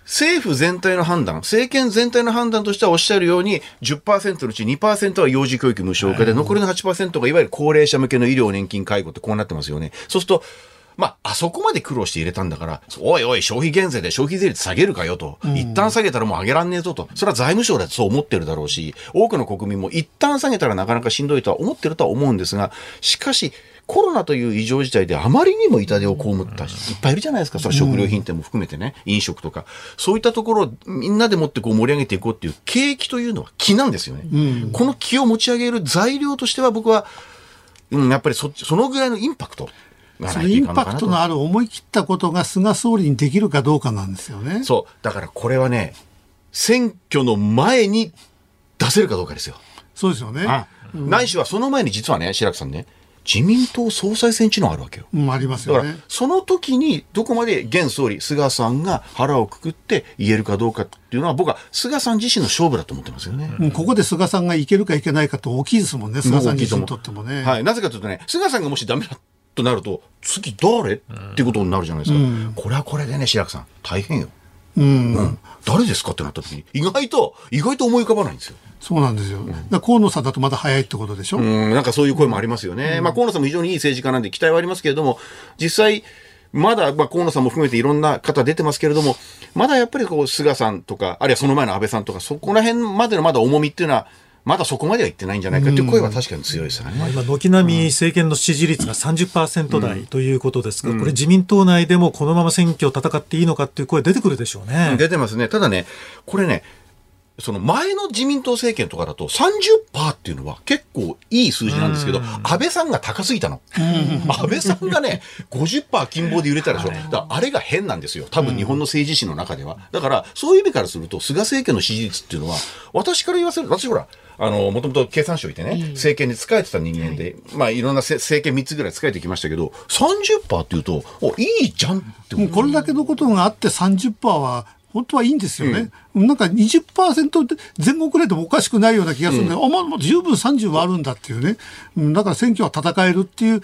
政府全体の判断、政権全体の判断としてはおっしゃるように 10% のうち 2% は幼児教育無償化で、残りの 8% がいわゆる高齢者向けの医療年金介護ってこうなってますよね。そうするとあそこまで苦労して入れたんだから、おいおい消費減税で消費税率下げるかよと、一旦下げたらもう上げらんねえぞと、それは財務省だってそう思ってるだろうし、多くの国民も一旦下げたらなかなかしんどいとは思ってるとは思うんですが、しかしコロナという異常事態であまりにも痛手を被った人いっぱいいるじゃないですか。それは食料品店も含めてね、飲食とかそういったところをみんなでもってこう盛り上げていこうっていう景気というのは気なんですよね。この気を持ち上げる材料としては僕は、やっぱりそのぐらいのインパクト、
そのインパクトのある思い切ったことが菅総理にできるかどうかなんですよね。
そう。だからこれはね、選挙の前に出せるかどうかですよ。
そうですよね。
ないしはその前に実はね、白木さんね、自民党総裁選っていうのがあるわけよ。
ありますよね。
だからその時にどこまで現総理菅さんが腹をくくって言えるかどうかっていうのは、僕は菅さん自身の勝負だと思ってますよね。
ここで菅さんがいけるかいけないかと大きいですもんね。菅さん自身にとってもね。
はい。なぜかというとね、菅さんがもしダメだとなると次誰っていうことになるじゃないですか。これはこれでね、白木さん大変よ。誰ですかってなった時に意外と思い浮かばないんですよ。
そうなんですよ。河野さんだとまだ早いってことでしょ。
なんかそういう声もありますよね。河野さんも非常にいい政治家なんで期待はありますけれども、実際まだ河野さんも含めていろんな方出てますけれども、まだやっぱりこう菅さんとか、あるいはその前の安倍さんとか、そこら辺までのまだ重みっていうのはまだそこまではいってないんじゃないかという声は確かに強いですよね。
今軒並み政権の支持率が 30% 台ということですが、これ自民党内でもこのまま選挙を戦っていいのかっていう声出てくるでしょうね。
出てますね。ただね、これね、その前の自民党政権とかだと 30% っていうのは結構いい数字なんですけど、安倍さんが高すぎたの。安倍さんがね 50% 金棒で揺れたでしょ。だからあれが変なんですよ、多分日本の政治史の中では。だからそういう意味からすると菅政権の支持率っていうのは、私から言わせると、私ほらもともと経産省いてね、政権に仕えてた人間で、いろんな政権3つぐらい仕えてきましたけど、30% っていうといいじゃんって思う。
これだけのことがあって 30% は本当はいいんですよね。なんか 20% 前後くらいでもおかしくないような気がするんで、十分30はあるんだっていうね。だから選挙は戦えるっていう、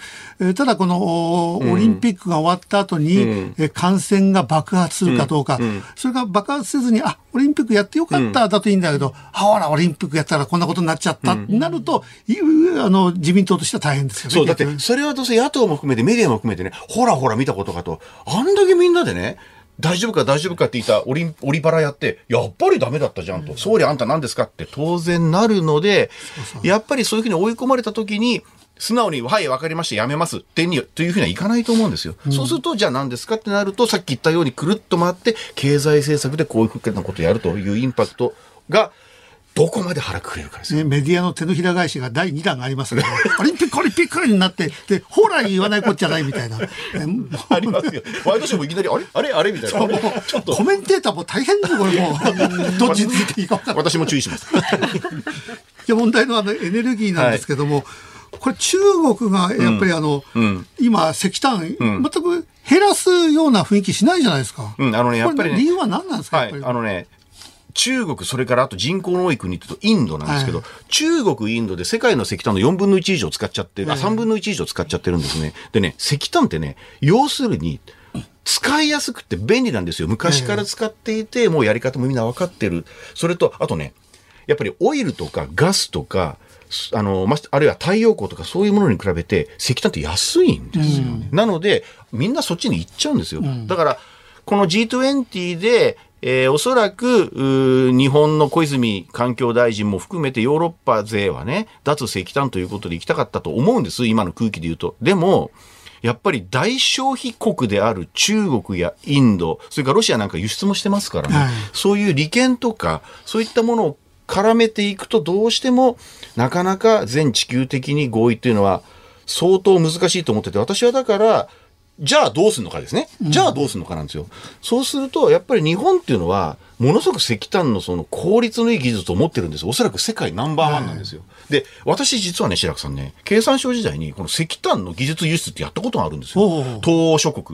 ただこのオリンピックが終わった後に、感染が爆発するかどうか、それが爆発せずに、オリンピックやってよかっただといいんだけど、ほらオリンピックやったらこんなことになっちゃった、なると自民党としては大変ですよね。
そうだって、それはどうせ野党も含めてメディアも含めてね、ほらほら見たことかと、あんだけみんなでね、大丈夫か大丈夫かって言ったオリパラやって、やっぱりダメだったじゃんと、総理あんた何ですかって当然なるので、やっぱりそういうふうに追い込まれた時に素直にはい分かりましたやめますってというふうにはいかないと思うんですよ。そうするとじゃあ何ですかってなると、さっき言ったようにくるっと回って経済政策でこういうふうなことをやるというインパクトがどこまで腹くくれるかですよ、
メディアの手のひら返しが第2弾がありますけど、オリンピックになってでほら言わないこっちゃないみたいな
ありますよ。ワイドショーもいきなりあれみたいな。
ちょっとコメンテーターも大変ですよこれもうどっちについていいか分からない。
私も注意します。
問題のエネルギーなんですけども、これ中国がやっぱり今石炭、全く減らすような雰囲気しないじゃないですか。
やっぱりね、
理由は何なんですか。
中国、それからあと人口の多い国とインドなんですけど、中国、インドで世界の石炭の4分の1以上使っちゃってる、3分の1以上使っちゃってるんですね。でね、石炭ってね、要するに使いやすくて便利なんですよ。昔から使っていて、もうやり方もみんな分かってる。それと、あとね、やっぱりオイルとかガスとか、あるいは太陽光とかそういうものに比べて石炭って安いんですよね。なので、みんなそっちに行っちゃうんですよ。だから、この G20 で、おそらく日本の小泉環境大臣も含めてヨーロッパ勢はね、脱石炭ということで行きたかったと思うんです、今の空気で言うと。でもやっぱり大消費国である中国やインド、それからロシアなんか輸出もしてますからね、そういう利権とかそういったものを絡めていくと、どうしてもなかなか全地球的に合意というのは相当難しいと思ってて、私はだからじゃあどうするのかですね。じゃあどうするのかなんですよ。そうするとやっぱり日本っていうのはものすごく石炭のその効率のいい技術を持ってるんです。おそらく世界ナンバーワンなんですよ。で、私実はね、白木さんね、経産省時代にこの石炭の技術輸出ってやったことがあるんですよ。東欧諸国。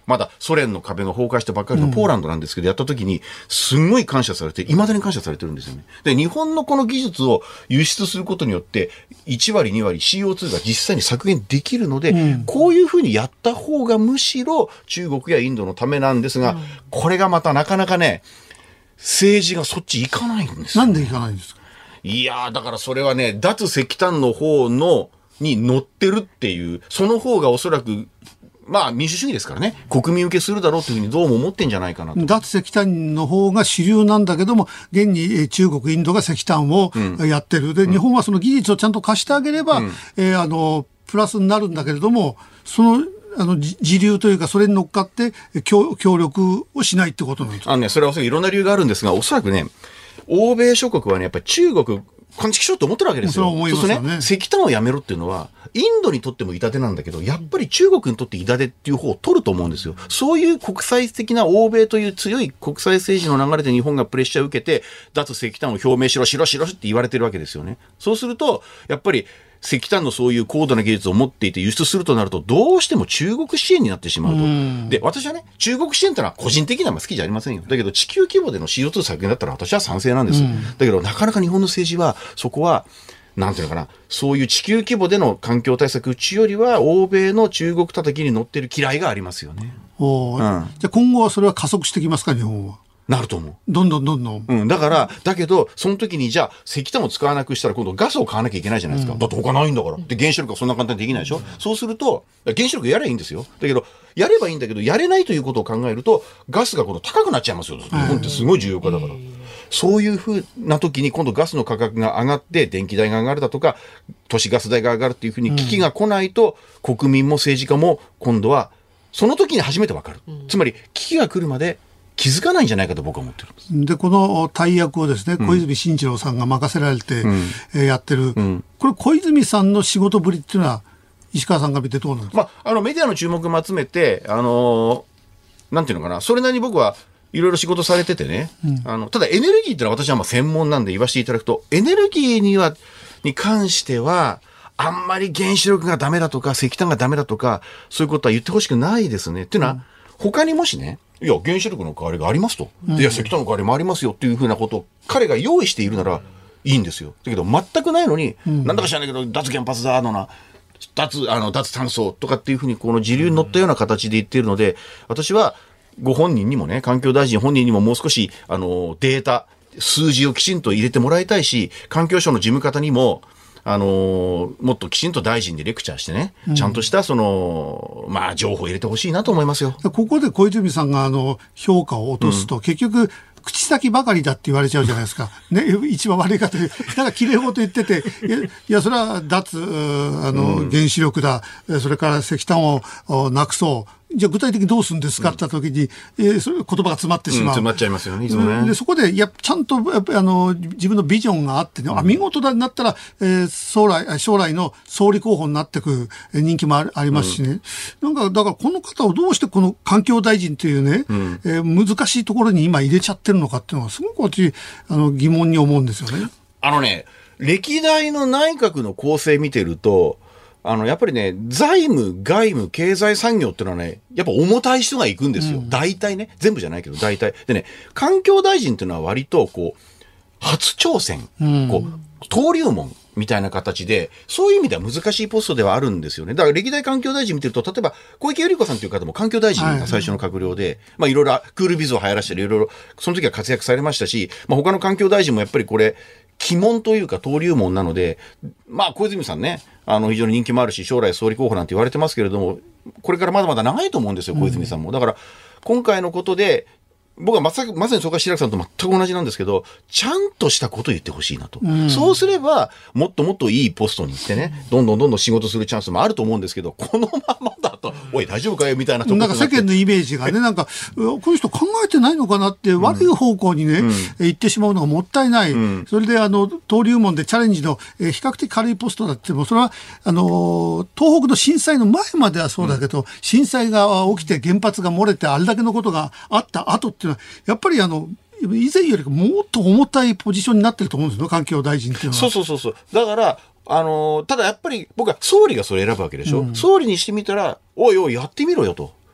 まだソ連の壁が崩壊したばっかりのポーランドなんですけど、やった時に、すんごい感謝されて、未だに感謝されてるんですよね。で、日本のこの技術を輸出することによって、1割、2割 CO2 が実際に削減できるので、こういうふうにやった方がむしろ中国やインドのためなんですが、これがまたなかなかね、政治がそっち行かないんですよ。
なんで行かないんですか？
いやー、だからそれはね、脱石炭の方に乗ってるっていう、その方がおそらく、まあ民主主義ですからね、国民受けするだろうというふうにどうも思ってんじゃないかなと。
脱石炭の方が主流なんだけども、現に中国、インドが石炭をやってる。で、日本はその技術をちゃんと貸してあげれば、プラスになるんだけれども、自流というか、それに乗っかって協力をしないってことなんですか？
それはおそらくいろんな理由があるんですが、おそらくね、欧米諸国はね、やっぱり中国、こんちきしょうと思ってるわけですよ。
そう思いますよね。
そうするとね、石炭をやめろっていうのは、インドにとっても痛手なんだけど、やっぱり中国にとって痛手っていう方を取ると思うんですよ。そういう国際的な欧米という強い国際政治の流れで日本がプレッシャーを受けて、脱石炭を表明しろって言われてるわけですよね。そうすると、やっぱり、石炭のそういう高度な技術を持っていて輸出するとなると、どうしても中国支援になってしまうと。で、私はね、中国支援ってのは個人的には好きじゃありませんよ。だけど地球規模での CO2 削減だったら私は賛成なんです。だけど、なかなか日本の政治は、そこは、なんていうのかな、そういう地球規模での環境対策うちよりは、欧米の中国叩きに乗ってる嫌いがありますよね。
じゃあ今後はそれは加速してきますか、日本は。
なると思う。
どんどん。
だけど、その時にじゃあ、石炭を使わなくしたら今度ガスを買わなきゃいけないじゃないですか。だって他ないんだから。で、原子力はそんな簡単にできないでしょ。そうすると、原子力やればいいんですよ。だけど、やればいいんだけど、やれないということを考えると、ガスが今度高くなっちゃいますよ。日本ってすごい重要化だから。そういうふうな時に今度ガスの価格が上がって、電気代が上がるだとか、都市ガス代が上がるっていうふうに危機が来ないと、国民も政治家も今度は、その時に初めてわかる。つまり、危機が来るまで、気づかないんじゃないかと僕は思ってるんです。
で、この大役をですね、小泉進次郎さんが任せられて、やってる、これ小泉さんの仕事ぶりっていうのは、石川さんが見てどうなんですか？
メディアの注目も集めて、なんていうのかな、それなりに僕はいろいろ仕事されててね、ただエネルギーっていうのは私は専門なんで言わせていただくと、エネルギーに関しては、あんまり原子力がダメだとか、石炭がダメだとか、そういうことは言ってほしくないですね。っていうのは、他にもしね、いや、原子力の代わりがありますと。いや、石炭の代わりもありますよっていうふうなことを彼が用意しているならいいんですよ。だけど、全くないのに、なんだか知らないけど、脱原発だ脱炭素とかっていうふうに、この時流に乗ったような形で言っているので、私は、ご本人にもね、環境大臣本人にももう少し、データ、数字をきちんと入れてもらいたいし、環境省の事務方にも、もっときちんと大臣でレクチャーしてね、ちゃんとした情報を入れてほしいなと思いますよ。
ここで小泉さんが評価を落とすと、結局、口先ばかりだって言われちゃうじゃないですか。ね、一番悪い方で、なんか綺麗事言ってて、いや、それは脱、原子力だ、それから石炭をなくそう。じゃあ具体的にどうするんですかって言った時に、それ言葉が詰まってしまう。
詰まっちゃいますよね、いつもね。
で、そこで、ちゃんと、自分のビジョンがあってね、見事だになったら、将来の総理候補になってく人気もありますしね。なんか、だからこの方をどうしてこの環境大臣というね、難しいところに今入れちゃってるのかっていうのは、すごく私、疑問に思うんですよね。
歴代の内閣の構成見てると、やっぱりね、財務、外務、経済産業っていうのはね、やっぱ重たい人が行くんですよ。大体ね。全部じゃないけど、大体。でね、環境大臣っていうのは割と、初挑戦、登竜門みたいな形で、そういう意味では難しいポストではあるんですよね。だから歴代環境大臣見てると、例えば、小池百合子さんという方も環境大臣が最初の閣僚で、いろいろクールビズを流行らせていろいろ、その時は活躍されましたし、他の環境大臣もやっぱりこれ、鬼門というか登竜門なので、小泉さんね、非常に人気もあるし、将来総理候補なんて言われてますけれども、これからまだまだ長いと思うんですよ、小泉さんも。だから、今回のことで、僕はまさにそこは白木さんと全く同じなんですけど、ちゃんとしたことを言ってほしいなと。そうすれば、もっともっといいポストに行ってね、どんどん仕事するチャンスもあると思うんですけど、このままだと、おい、大丈夫かよみたいなところ
なんか世間のイメージがね、なんか、この人考えてないのかなって、悪い方向にね、行ってしまうのがもったいない。それで、登竜門でチャレンジの、比較的軽いポストだって言っても、それは、東北の震災の前まではそうだけど、震災が起きて原発が漏れて、あれだけのことがあった後っていうのは、やっぱり以前よりもっと重たいポジションになってると思うんですよ、環境大臣っていうのは。
そう。だから、ただやっぱり僕は総理がそれ選ぶわけでしょ。総理にしてみたら、おいおいやってみろよと。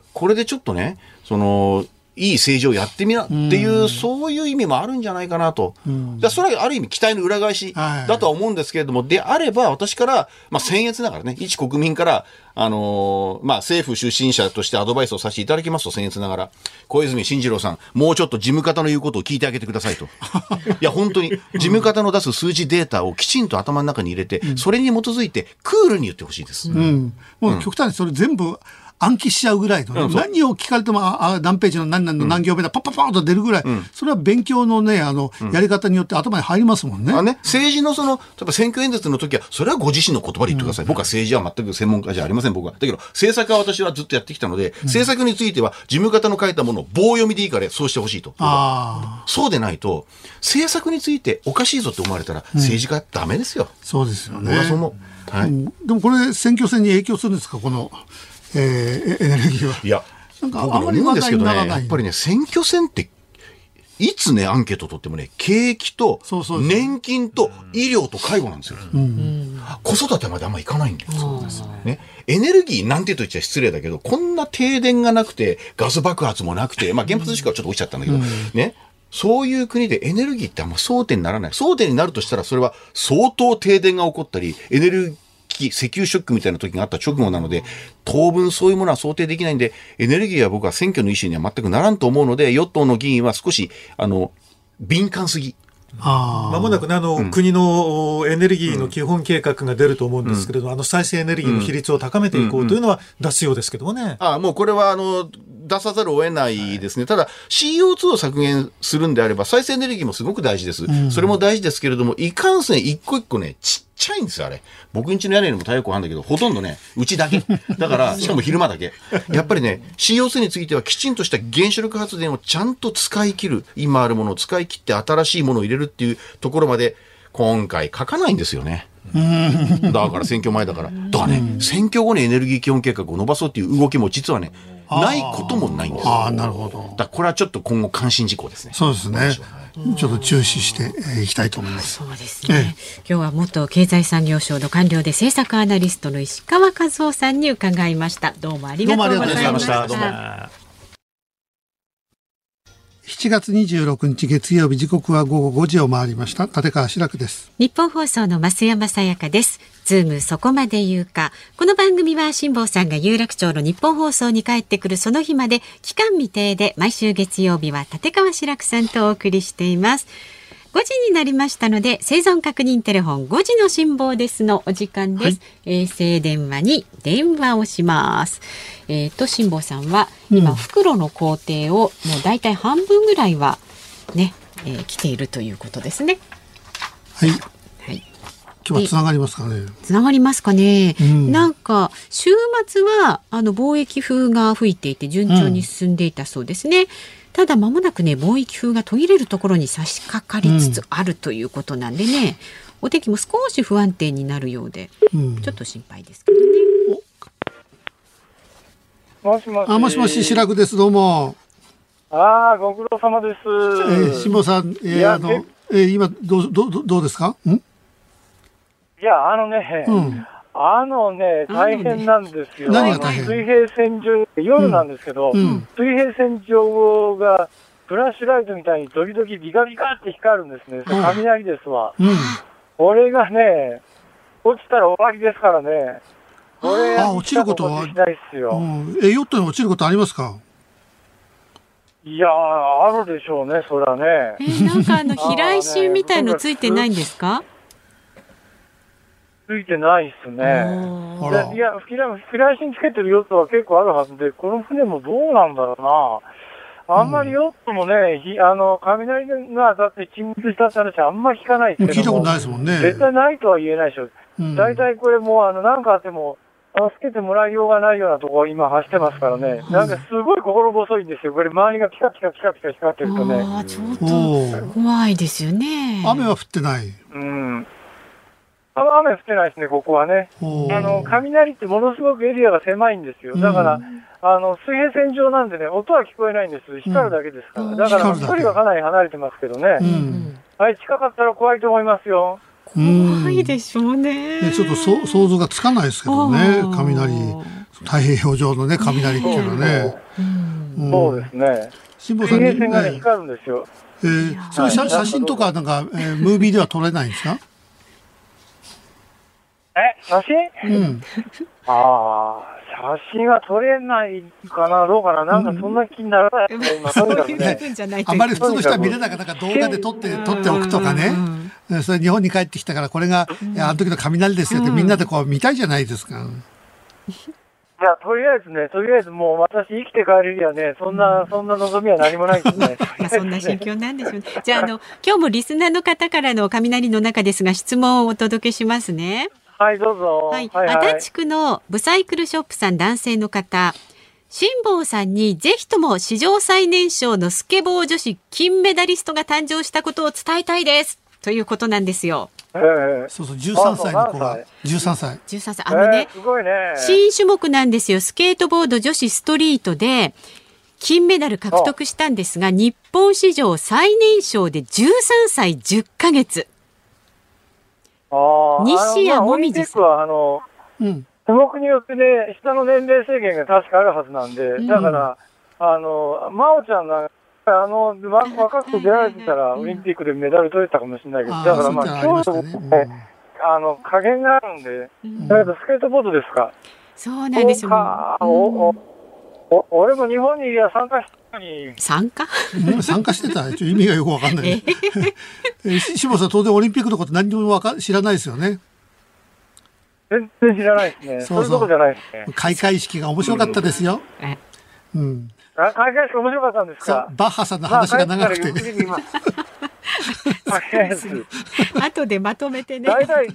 これでちょっとね、いい政治をやってみなっていう、そういう意味もあるんじゃないかなと。それはある意味期待の裏返しだとは思うんですけれども、であれば私から、僭越ながらね、一国民から、政府出身者としてアドバイスをさせていただきますと、僭越ながら、小泉進次郎さん、もうちょっと事務方の言うことを聞いてあげてくださいと。いや、本当に、事務方の出す数字データをきちんと頭の中に入れて、それに基づいてクールに言ってほしいです。
もう極端にそれ全部、暗記しちゃうぐらいの、ね、何を聞かれても何ページの何何行目だパッパッパッと出るぐらい、それは勉強のねやり方によって頭に入りますもんね。
政治の例えば選挙演説の時はそれはご自身の言葉で言ってください。僕は政治は全く専門家じゃありません。僕はだけど政策は私はずっとやってきたので、政策については事務方の書いたものを棒読みでいいからそうしてほしいと。そうでないと政策についておかしいぞって思われたら政治家はダメですよ。
そうですよね。
僕はそう思う。はい。
でもこれ選挙戦に影響するんですかこのエネルギーは。
いや、
なんかあまり話題にならない。
やっぱりね、選挙戦って、いつね、アンケート取ってもね、景気と、年金と、医療と介護なんですよ。子育てまであんまいかないんだよ。そうですね。エネルギーなんてと言っちゃ失礼だけど、こんな停電がなくて、ガス爆発もなくて、原発事故はちょっと落ちちゃったんだけど、ね。そういう国でエネルギーってあんま争点にならない。争点になるとしたら、それは相当停電が起こったり、エネルギー、石油ショックみたいな時があった直後なので、当分そういうものは想定できないんで、エネルギーは僕は選挙のイシューには全くならんと思うので、与党の議員は少し、敏感すぎ。
まもなくね、国のエネルギーの基本計画が出ると思うんですけれど、再生エネルギーの比率を高めていこうというのは出すようですけどもね。
もうこれは出さざるを得ないですね。ただ CO2 を削減するんであれば再生エネルギーもすごく大事です。それも大事ですけれども、いかんせん一個一個ね、ちっちゃいんですよ、あれ。僕ん家の屋根にも太陽光あるんだけど、ほとんどね、うちだけ。だから、しかも昼間だけ。やっぱりね、CO2 についてはきちんとした原子力発電をちゃんと使い切る。今あるものを使い切って新しいものを入れるっていうところまで、今回書かないんですよね。だから選挙前だから。だからね、選挙後にエネルギー基本計画を伸ばそうっていう動きも実はね、ないこともないんですよ。
なるほど。
だからこれはちょっと今後関心事項ですね。
そうですね。ちょっと注視していきたいと思います。
そうですね。今日は元経済産業省の官僚で政策アナリストの石川和夫さんに伺いました。どうもありがとうございました。
7月26日月曜日、時刻は午後5時を回りました。立川志らくです。
日本放送の増山さやかです。ズームそこまで言うか。この番組は辛坊さんが有楽町の日本放送に帰ってくるその日まで期間未定で、毎週月曜日は立川志らくさんとお送りしています。5時になりましたので、生存確認テレフォン5時の辛坊ですのお時間です。衛星電話に電話をします。辛坊さんは今、袋の工程をもうだいたい半分ぐらいはね、来ているということですね。
はい。今日はつながりますかね。
つながりますかね。なんか週末は貿易風が吹いていて順調に進んでいたそうですね。ただ間もなくね、貿易風が途切れるところに差し掛かりつつあるということなんでね、お天気も少し不安定になるようで、ちょっと心配ですけどね。
もしもし。
もしもし、志らくです。どうも。
ご苦労様です。
辛坊さん、今どうですか？
いや、大変なんですよ。
何が大変？
水平線上、夜なんですけど、水平線上がフラッシュライトみたいに時々ビカビカって光るんですね。雷ですわ。これがね、落ちたら終わりですからね。これ
落ちることは
しないっすよ。
ヨットに落ちることありますか？
いやあるでしょうね、それはね。
なんか飛来針みたいのついてないんですか？
ついてないっすね。いや、飛来針つけてるヨットは結構あるはずで、この船もどうなんだろうな。あんまりヨットもね、雷が当たって沈没したって話はあんまり聞かないですけども。
聞いたことないですもんね。
絶対ないとは言えないでしょ。大体これもなんかあっても、助けてもらいようがないようなところ今走ってますからね。なんかすごい心細いんですよ。これ周りがピカピカピカピカ光ってるとね。
ちょっと怖いですよね。
雨は降ってない。
雨降ってないですね、ここはね。雷ってものすごくエリアが狭いんですよ。だから、水平線上なんでね、音は聞こえないんです。光るだけですから。だから、距離がかなり離れてますけどね。はい、近かったら怖いと思いますよ。
怖いでしょうね。
ちょっと想像がつかないですけどね、雷、太平洋上のね、雷っていうのはね。
そうですね。
辛坊さんに、
水平線がね、光るんですよ。
そういう写真とかなんか、ムービーでは撮れないんですか？
写真？写真は撮れないかな、どうかな、なんかそんな気にならないですね、今。
そういう部分じゃない。
あまり普通の人は見れないから、なんか動画で撮っておくとかね。それ日本に帰ってきたから、これが、あの時の雷ですよってみんなでこう見たいじゃないですか。
いや、とりあえずもう私生きて帰れるやね、そんな望みは何もないですね。
そんな心境なんでしょうね。じゃあ、今日もリスナーの方からの雷の中ですが、質問をお届けしますね。
はい、どうぞ。
はい。足立区のブサイクルショップさん、男性の方。辛坊さんにぜひとも史上最年少のスケボー女子金メダリストが誕生したことを伝えたいです。ということなんですよ。
そうそう、13歳の子が。13歳。
す
ごいね。
新種目なんですよ。スケートボード女子ストリートで金メダル獲得したんですが、日本史上最年少で13歳10ヶ月。西矢椛さん。
種目によってね、下の年齢制限が確かあるはずなんで、だから、真央ちゃんが、若く出られてたら、オリンピックでメダル取れたかもしれないけど、だからまあ、今日のね、加減があるんで、だけどスケートボードですか。
そうなんですよ。
俺も日本にいや参加したのに。
参
加してた？意味がよくわかんない。辛坊さん、当然オリンピックのこと何も知らないですよね。
全然知らないですね。そういうとこじゃないですね。
開会式が面白かったですよ。
開会式面白かったんですか？
バッハさんの話が長くて。
後でまとめてね。
大体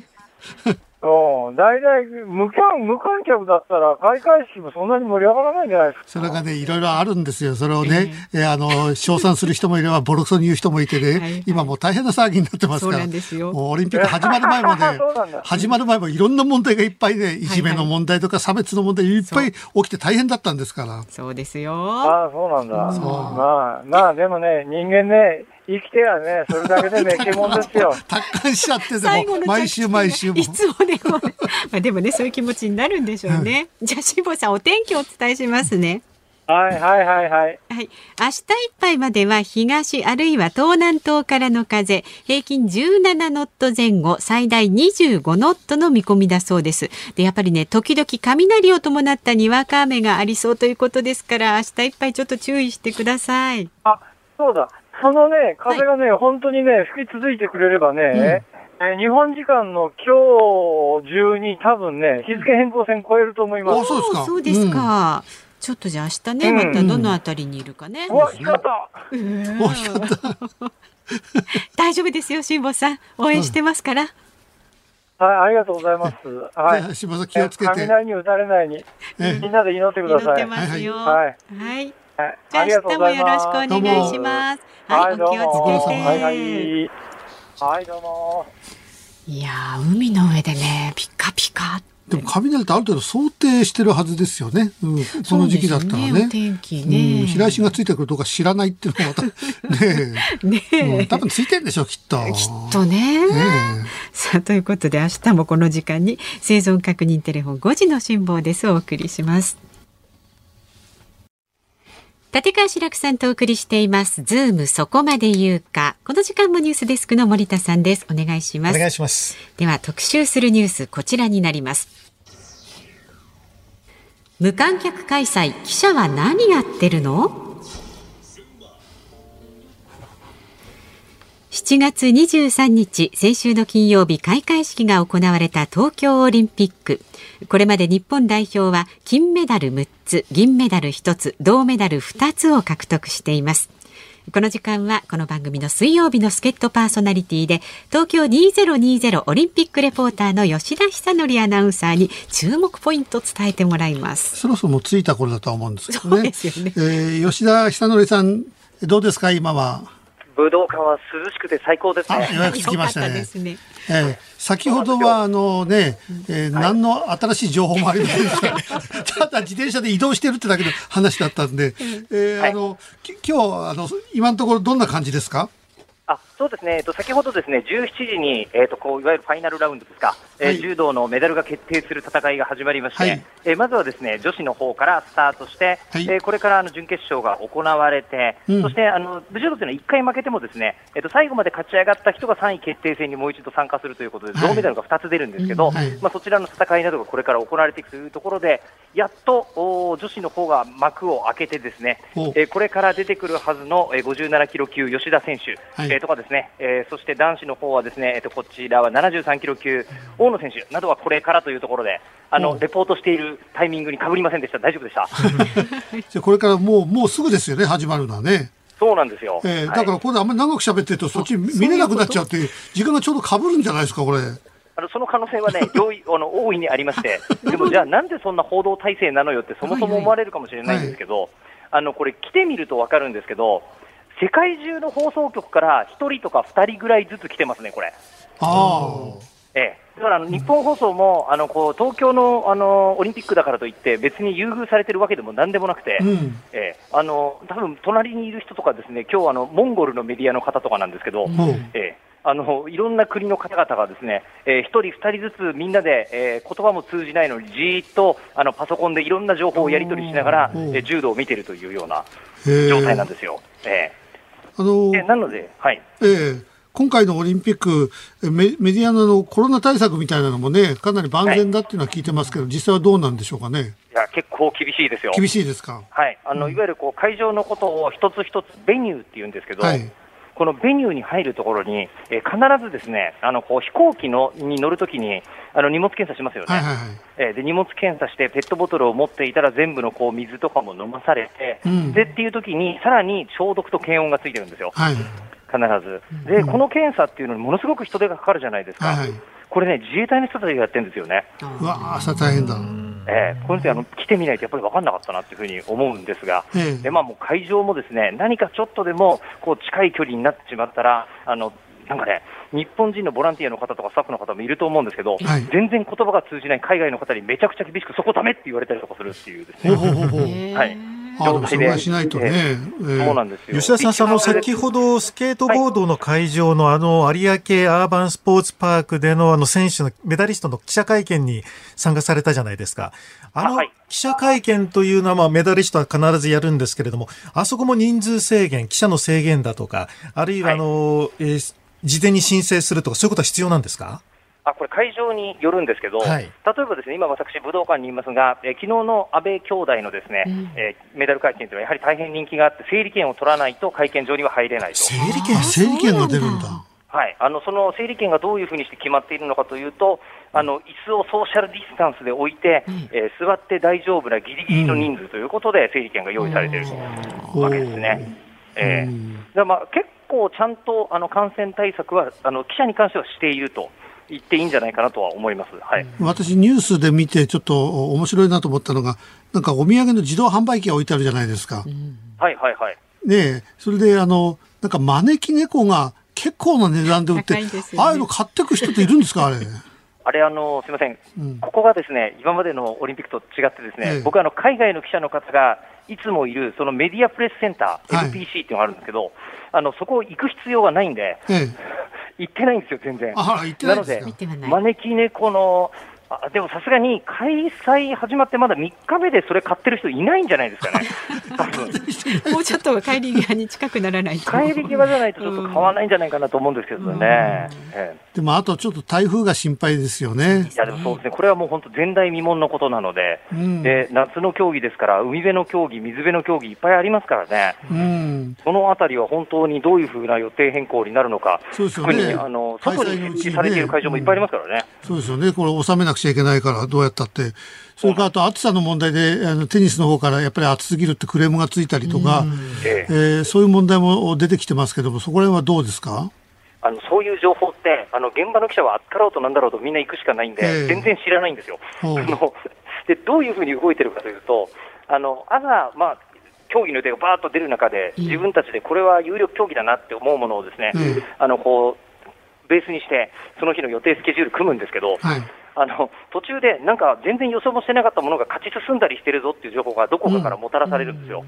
無観客だったら開会式もそんなに盛り上がらないんじゃないですか。
それがね、いろいろあるんですよ。それをね、称賛する人もいればボロクソに言う人もいてね、今もう大変な騒ぎになってますから。
そうなんですよ。
もうオリンピック始まる前もね、始まる前もいろんな問題がいっぱいね、いじめの問題とか差別の問題いっぱい起きて大変だったんですから。
そうですよ。
そうなんだ。まあでもね、人間ね、生きてはね、それだけでね、獣ですよ。
達観しちゃってでも、毎週も。
いつもでも、でもね、そういう気持ちになるんでしょうね。じゃあ、辛坊さん、お天気をお伝えしますね。
はい。
明日いっぱいまでは東あるいは東南東からの風、平均17ノット前後、最大25ノットの見込みだそうです。で、やっぱりね、時々雷を伴ったにわか雨がありそうということですから、明日いっぱいちょっと注意してください。
そうだ。そのね、風がね、本当にね、吹き続いてくれればね、日本時間の今日中に多分ね、日付変更線超えると思います。
そうですか。ちょっとじゃあ明日ね、またどのあたりにいるかね。
光った。
大丈夫ですよ、辛坊さん。応援してますから。
はい、ありがとうございます。
はい。辛坊さん気をつけて。
雷に打たれないように、みんなで祈ってください。
祈ってますよ。
はい。
じゃあ明日もよろしくお願いします。はい、お気をつけて。
はい、どうも。
いやー、海の上でね、ピカピカ。
でも雷ってある程度想定してるはずですよね。その時期だったらね。
お天気ね。
飛来心がついてくるとか知らないっていうのもまたね。多分ついてるんでしょう、きっと。
きっとね。さあ、ということで明日もこの時間に生存確認テレフォン5時の辛坊です。お送りします。立川志らくさんとお送りしていますズームそこまで言うか。この時間もニュースデスクの森田さんです。お願いします。
お願いします。
では特集するニュース、こちらになります。無観客開催、記者は何やってるの？7月23日、先週の金曜日、開会式が行われた東京オリンピック。これまで日本代表は金メダル6つ、銀メダル1つ、銅メダル2つを獲得しています。この時間はこの番組の水曜日の助っ人パーソナリティで、東京2020オリンピックレポーターの吉田久典アナウンサーに注目ポイントを伝えてもらいます。
そろそろもう着いた頃だとは思うんですけどね。
そうですよね。
吉田久典さん、どうですか今は？
武道館は涼しくて最高ですね。
ようやく着きましたね。先ほどは何の新しい情報もありませんでしたただ自転車で移動してるってだけの話だったんで、今日今のところどんな感じですか？
そうですね、先ほどですね、17時に、こういわゆるファイナルラウンドですか、柔道のメダルが決定する戦いが始まりまして、まずはですね、女子の方からスタートして、これから準決勝が行われて、そして武柔道というのは1回負けてもですね、最後まで勝ち上がった人が3位決定戦にもう一度参加するということで、銅メダルが2つ出るんですけど、そちらの戦いなどがこれから行われていくというところで、やっと女子の方が幕を開けてですね、これから出てくるはずの57キロ級吉田選手、とかですね、そして男子の方はですね、こちらは73キロ級大野選手などはこれからというところで、レポートしているタイミングに被りませんでした。大丈夫でした。
じゃこれからもうすぐですよね、始まるのはね。
そうなんですよ。
だからこれであんまり長く喋ってるとそっち見れなくなっちゃうっていう時間がちょうど被るんじゃないですか、これ。
その可能性はね、大いにありまして、でもじゃあなんでそんな報道体制なのよってそもそも思われるかもしれないんですけど、これ来てみると分かるんですけど、世界中の放送局から1人とか2人ぐらいずつ来てますね、これ。だから日本放送もこう東京のオリンピックだからといって別に優遇されてるわけでもなんでもなくて、多分隣にいる人とかですね、今日モンゴルのメディアの方とかなんですけど、いろんな国の方々がですね、1人2人ずつみんなで、言葉も通じないのにじーっとパソコンでいろんな情報をやり取りしながら、柔道を見ているというような状態なんですよ。なので、
今回のオリンピックメディアのコロナ対策みたいなのもね、かなり万全だっていうのは聞いてますけど、実際はどうなんでしょうかね。
いや、結構厳しいですよ。
厳しいですか。
はい、いわゆるこう会場のことを一つ一つベニューって言うんですけど、このベニューに入るところに、必ずですね、こう飛行機に乗るときに荷物検査しますよね。で荷物検査してペットボトルを持っていたら全部のこう水とかも飲まされて、でっていうときにさらに消毒と検温がついてるんですよ。必ず。で、この検査っていうのにものすごく人手がかかるじゃないですか。これね、自衛隊の人たちがやってるんですよね。
うわー、それ大変だ。
これって来てみないとやっぱり分かんなかったなっていうふうに思うんですが、でもう会場もですね、何かちょっとでもこう近い距離になってしまったら、なんかね、日本人のボランティアの方とかスタッフの方もいると思うんですけど、全然言葉が通じない海外の方にめちゃくちゃ厳しく、そこダメって言われたりとかするっていうですね。
それはしないとね。
そうなんですよ。
吉田さん、先ほどスケートボードの会場の有明アーバンスポーツパークでの選手のメダリストの記者会見に参加されたじゃないですか。記者会見というのはメダリストは必ずやるんですけれども、あそこも人数制限、記者の制限だとか、あるいは事前に申請するとか、そういうことは必要なんですか？
これ会場によるんですけど、例えばですね、今私武道館にいますが、昨日の安倍兄弟のですね、メダル会見というのはやはり大変人気があって、整理券を取らないと会見場には入れないと。
整理券が出るんだ。
はい、その整理券がどういうふうにして決まっているのかというと、椅子をソーシャルディスタンスで置いて、座って大丈夫なギリギリの人数ということで整理券が用意されているわけですね。結構ちゃんと感染対策は記者に関してはしていると言っていいんじゃないかなとは思います。
私ニュースで見てちょっと面白いなと思ったのが、なんかお土産の自動販売機が置いてあるじゃないですか。ね、それでなんか招き猫が結構な値段で売って、ああいうの買ってく人っているんですか、あれ。
すみません、ここがですね、今までのオリンピックと違ってですね、僕は海外の記者の方がいつもいるそのメディアプレスセンター、MPC っていうのがあるんですけど、そこ行く必要がないんで、行ってないんですよ、全然。なので、招き猫の、でもさすがに開催始まってまだ3日目でそれ買ってる人いないんじゃないですかね。
もうちょっと帰り際に近くならないと。
帰り際じゃないとちょっと買わないんじゃないかなと思うんですけどね。
でもあとちょっと台風が心配ですよね。
いやでもそうですね、これはもう本当前代未聞のことなので、で夏の競技ですから、海辺の競技、水辺の競技いっぱいありますからね。そのあたりは本当にどういうふうな予定変更になるのか、特に外に設置されている会場もいっぱいありますからね。
そうですよね、これ収めなくちゃいけないからどうやったって。それからあと暑さの問題でテニスの方からやっぱり暑すぎるってクレームがついたりとか、そういう問題も出てきてますけども、そこら辺はどうですか？
そういう情報って現場の記者は暑かろうとなんだろうとみんな行くしかないんで、全然知らないんですよ。でどういうふうに動いてるかというと、朝、競技の予定がバーッと出る中で、自分たちでこれは有力競技だなって思うものをですね、こうベースにしてその日の予定スケジュール組むんですけど、途中でなんか全然予想もしてなかったものが勝ち進んだりしてるぞっていう情報がどこかからもたらされるんですよ。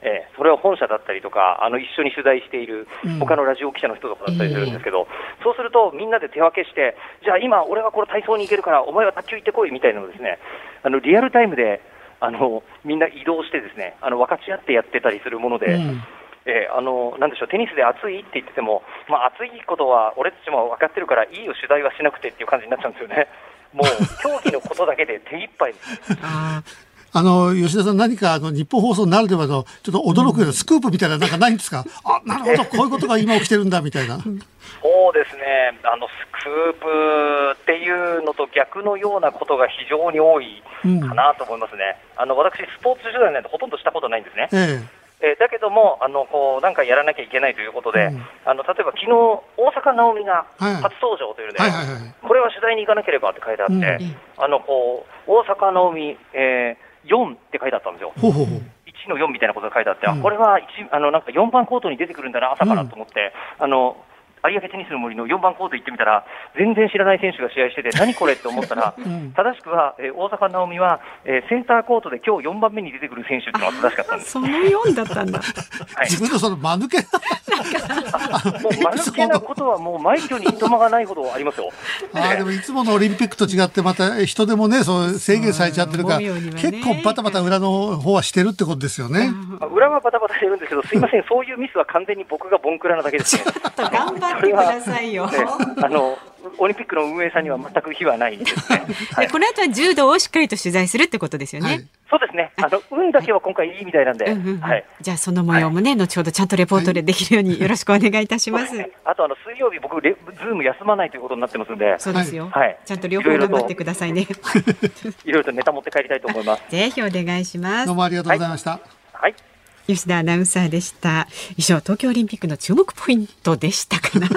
それは本社だったりとか、一緒に取材している他のラジオ記者の人とかだったりするんですけど、そうするとみんなで手分けして、じゃあ今俺はこれ体操に行けるからお前は卓球行ってこいみたいなのをですね、リアルタイムでみんな移動してですね、分かち合ってやってたりするもので、なんでしょう、テニスで暑いって言ってても、暑いことは俺たちも分かってるからいいよ、取材はしなくてっていう感じになっちゃうんですよね。もう競技のことだけで手一杯です。
吉田さん、何か日本放送ならではのちょっと驚くようなスクープみたいななんかないんですか？なるほど、こういうことが今起きてるんだみたいな。
そうですね、スクープっていうのと逆のようなことが非常に多いかなと思いますね。私スポーツ取材なんてほとんどしたことないんですね。だけどもなんかやらなきゃいけないということで、例えば昨日大坂なおみが初登場というので、これは取材に行かなければって書いてあって、大坂なおみ、4って書いてあったんですよ。1の4みたいなことが書いてあって、これはなんか4番コートに出てくるんだな、朝からと思って、有明テニスの森の4番コート行ってみたら、全然知らない選手が試合してて、何これって思ったら、正しくは、大坂なおみは、センターコートで今日4番目に出てくる選手っていうのが正しかったんです。
その4だったんだ。
自分のその間抜け
もう間抜けなことはもう枚挙にいとまがないほどありますよ。
でもいつものオリンピックと違ってまた人でもね、そう制限されちゃってるから、結構バタバタ裏の方はしてるってことですよね。
裏はバタバタしてるんですけど、すいません、そういうミスは完全に僕がボンクラなだけですね。
頑張ってくださいよ。
オリンピックの運営さんには全く非はないですね。
この後は柔道をしっかりと取材するってことですよね。
そうですね。運だけは今回いいみたいなんで。
じゃあその模様もね、後ほどちゃんとレポートでできるようによろしくお願いいたします。
あと水曜日僕ズーム休まないということになってますんで。
そうですよ。ちゃんと両方頑張ってくださいね。
いろいろとネタ持って帰りたいと思います。
ぜひお願いします。
どうもありがとうございました。
吉田アナウンサーでした。以上、東京オリンピックの注目ポイントでしたかな。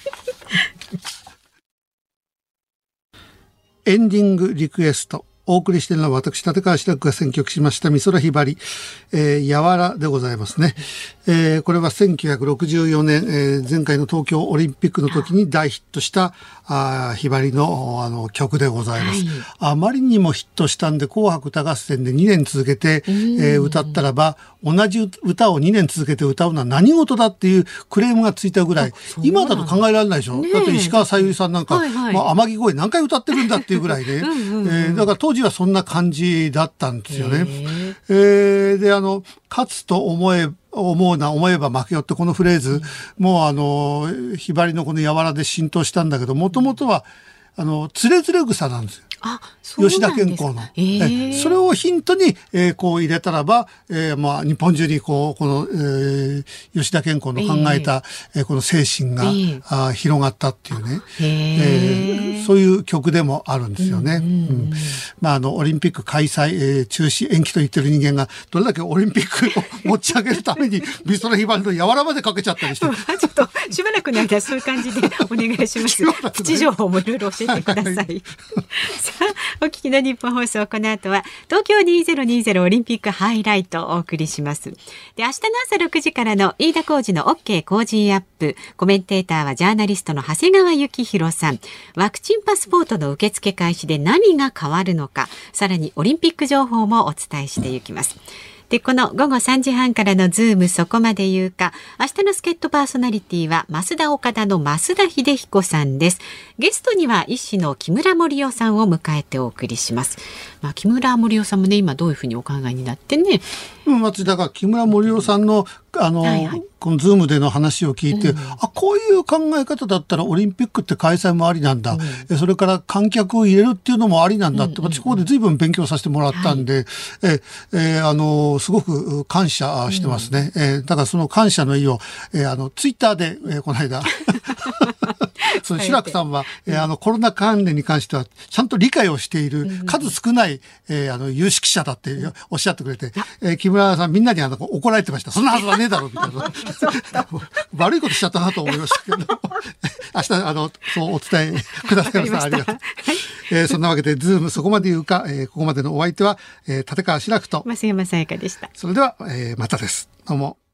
エンディングリクエスト。お送りしているのは私、立川志らくが選曲しました美空ひばり、やわらでございますね。これは1964年、前回の東京オリンピックの時に大ヒットしたひばりの曲でございます。あまりにもヒットしたんで、紅白歌合戦で2年続けて、歌ったらば、同じ歌を2年続けて歌うのは何事だっていうクレームがついたぐらい、今だと考えられないでしょ。だって石川さゆりさんなんか、天城越え何回歌ってるんだっていうぐらいで、だから当時はそんな感じだったんですよね。で、勝つと思うえば負けよってこのフレーズ、もうひばりのこのやわらで浸透したんだけど、もともとはつれづれ草なんですよ。吉田健康の、それをヒントに、こう入れたらば、日本中にこの、吉田健康の考えた、この精神が、広がったっていうね、そういう曲でもあるんですよね。オリンピック開催、中止延期と言ってる人間がどれだけオリンピックを持ち上げるために美空ひばりのやわらまでかけちゃったりして、
ちょっとしばらくの間そういう感じでお願いします。プチ情報もいろいろ教えてください。さあ、お聞きの日本放送、この後は東京2020オリンピックハイライトをお送りします。で、明日の朝6時からの飯田浩司の OK 工事アップ、コメンテーターはジャーナリストの長谷川幸宏さん。ワクチンパスポートの受付開始で何が変わるのか、さらにオリンピック情報もお伝えしていきます。で、この午後3時半からのズームそこまで言うか、明日の助っ人パーソナリティは増田岡田の増田秀彦さんです。ゲストには医師の木村盛夫さんを迎えてお送りします。木村盛夫さんもね、今どういうふうにお考えになってね。
だから木村盛夫さんのこのズームでの話を聞いて、こういう考え方だったらオリンピックって開催もありなんだ、それから観客を入れるっていうのもありなんだって、私ここで随分勉強させてもらったんで、すごく感謝してますね。だからその感謝の意を、ツイッターで、この間その志らくさんは、コロナ関連に関してはちゃんと理解をしている、数少ない、有識者だっておっしゃってくれて、木村さんみんなに怒られてました。そんなはずはねえだろうみたいな悪いことしちゃったなと思いましたけど明日そうお伝えくださいました。ありがとう。そんなわけでズームそこまで言うか、ここまでのお相手は、立川志らくと
増山さやかでした。
それでは、またです。どうも。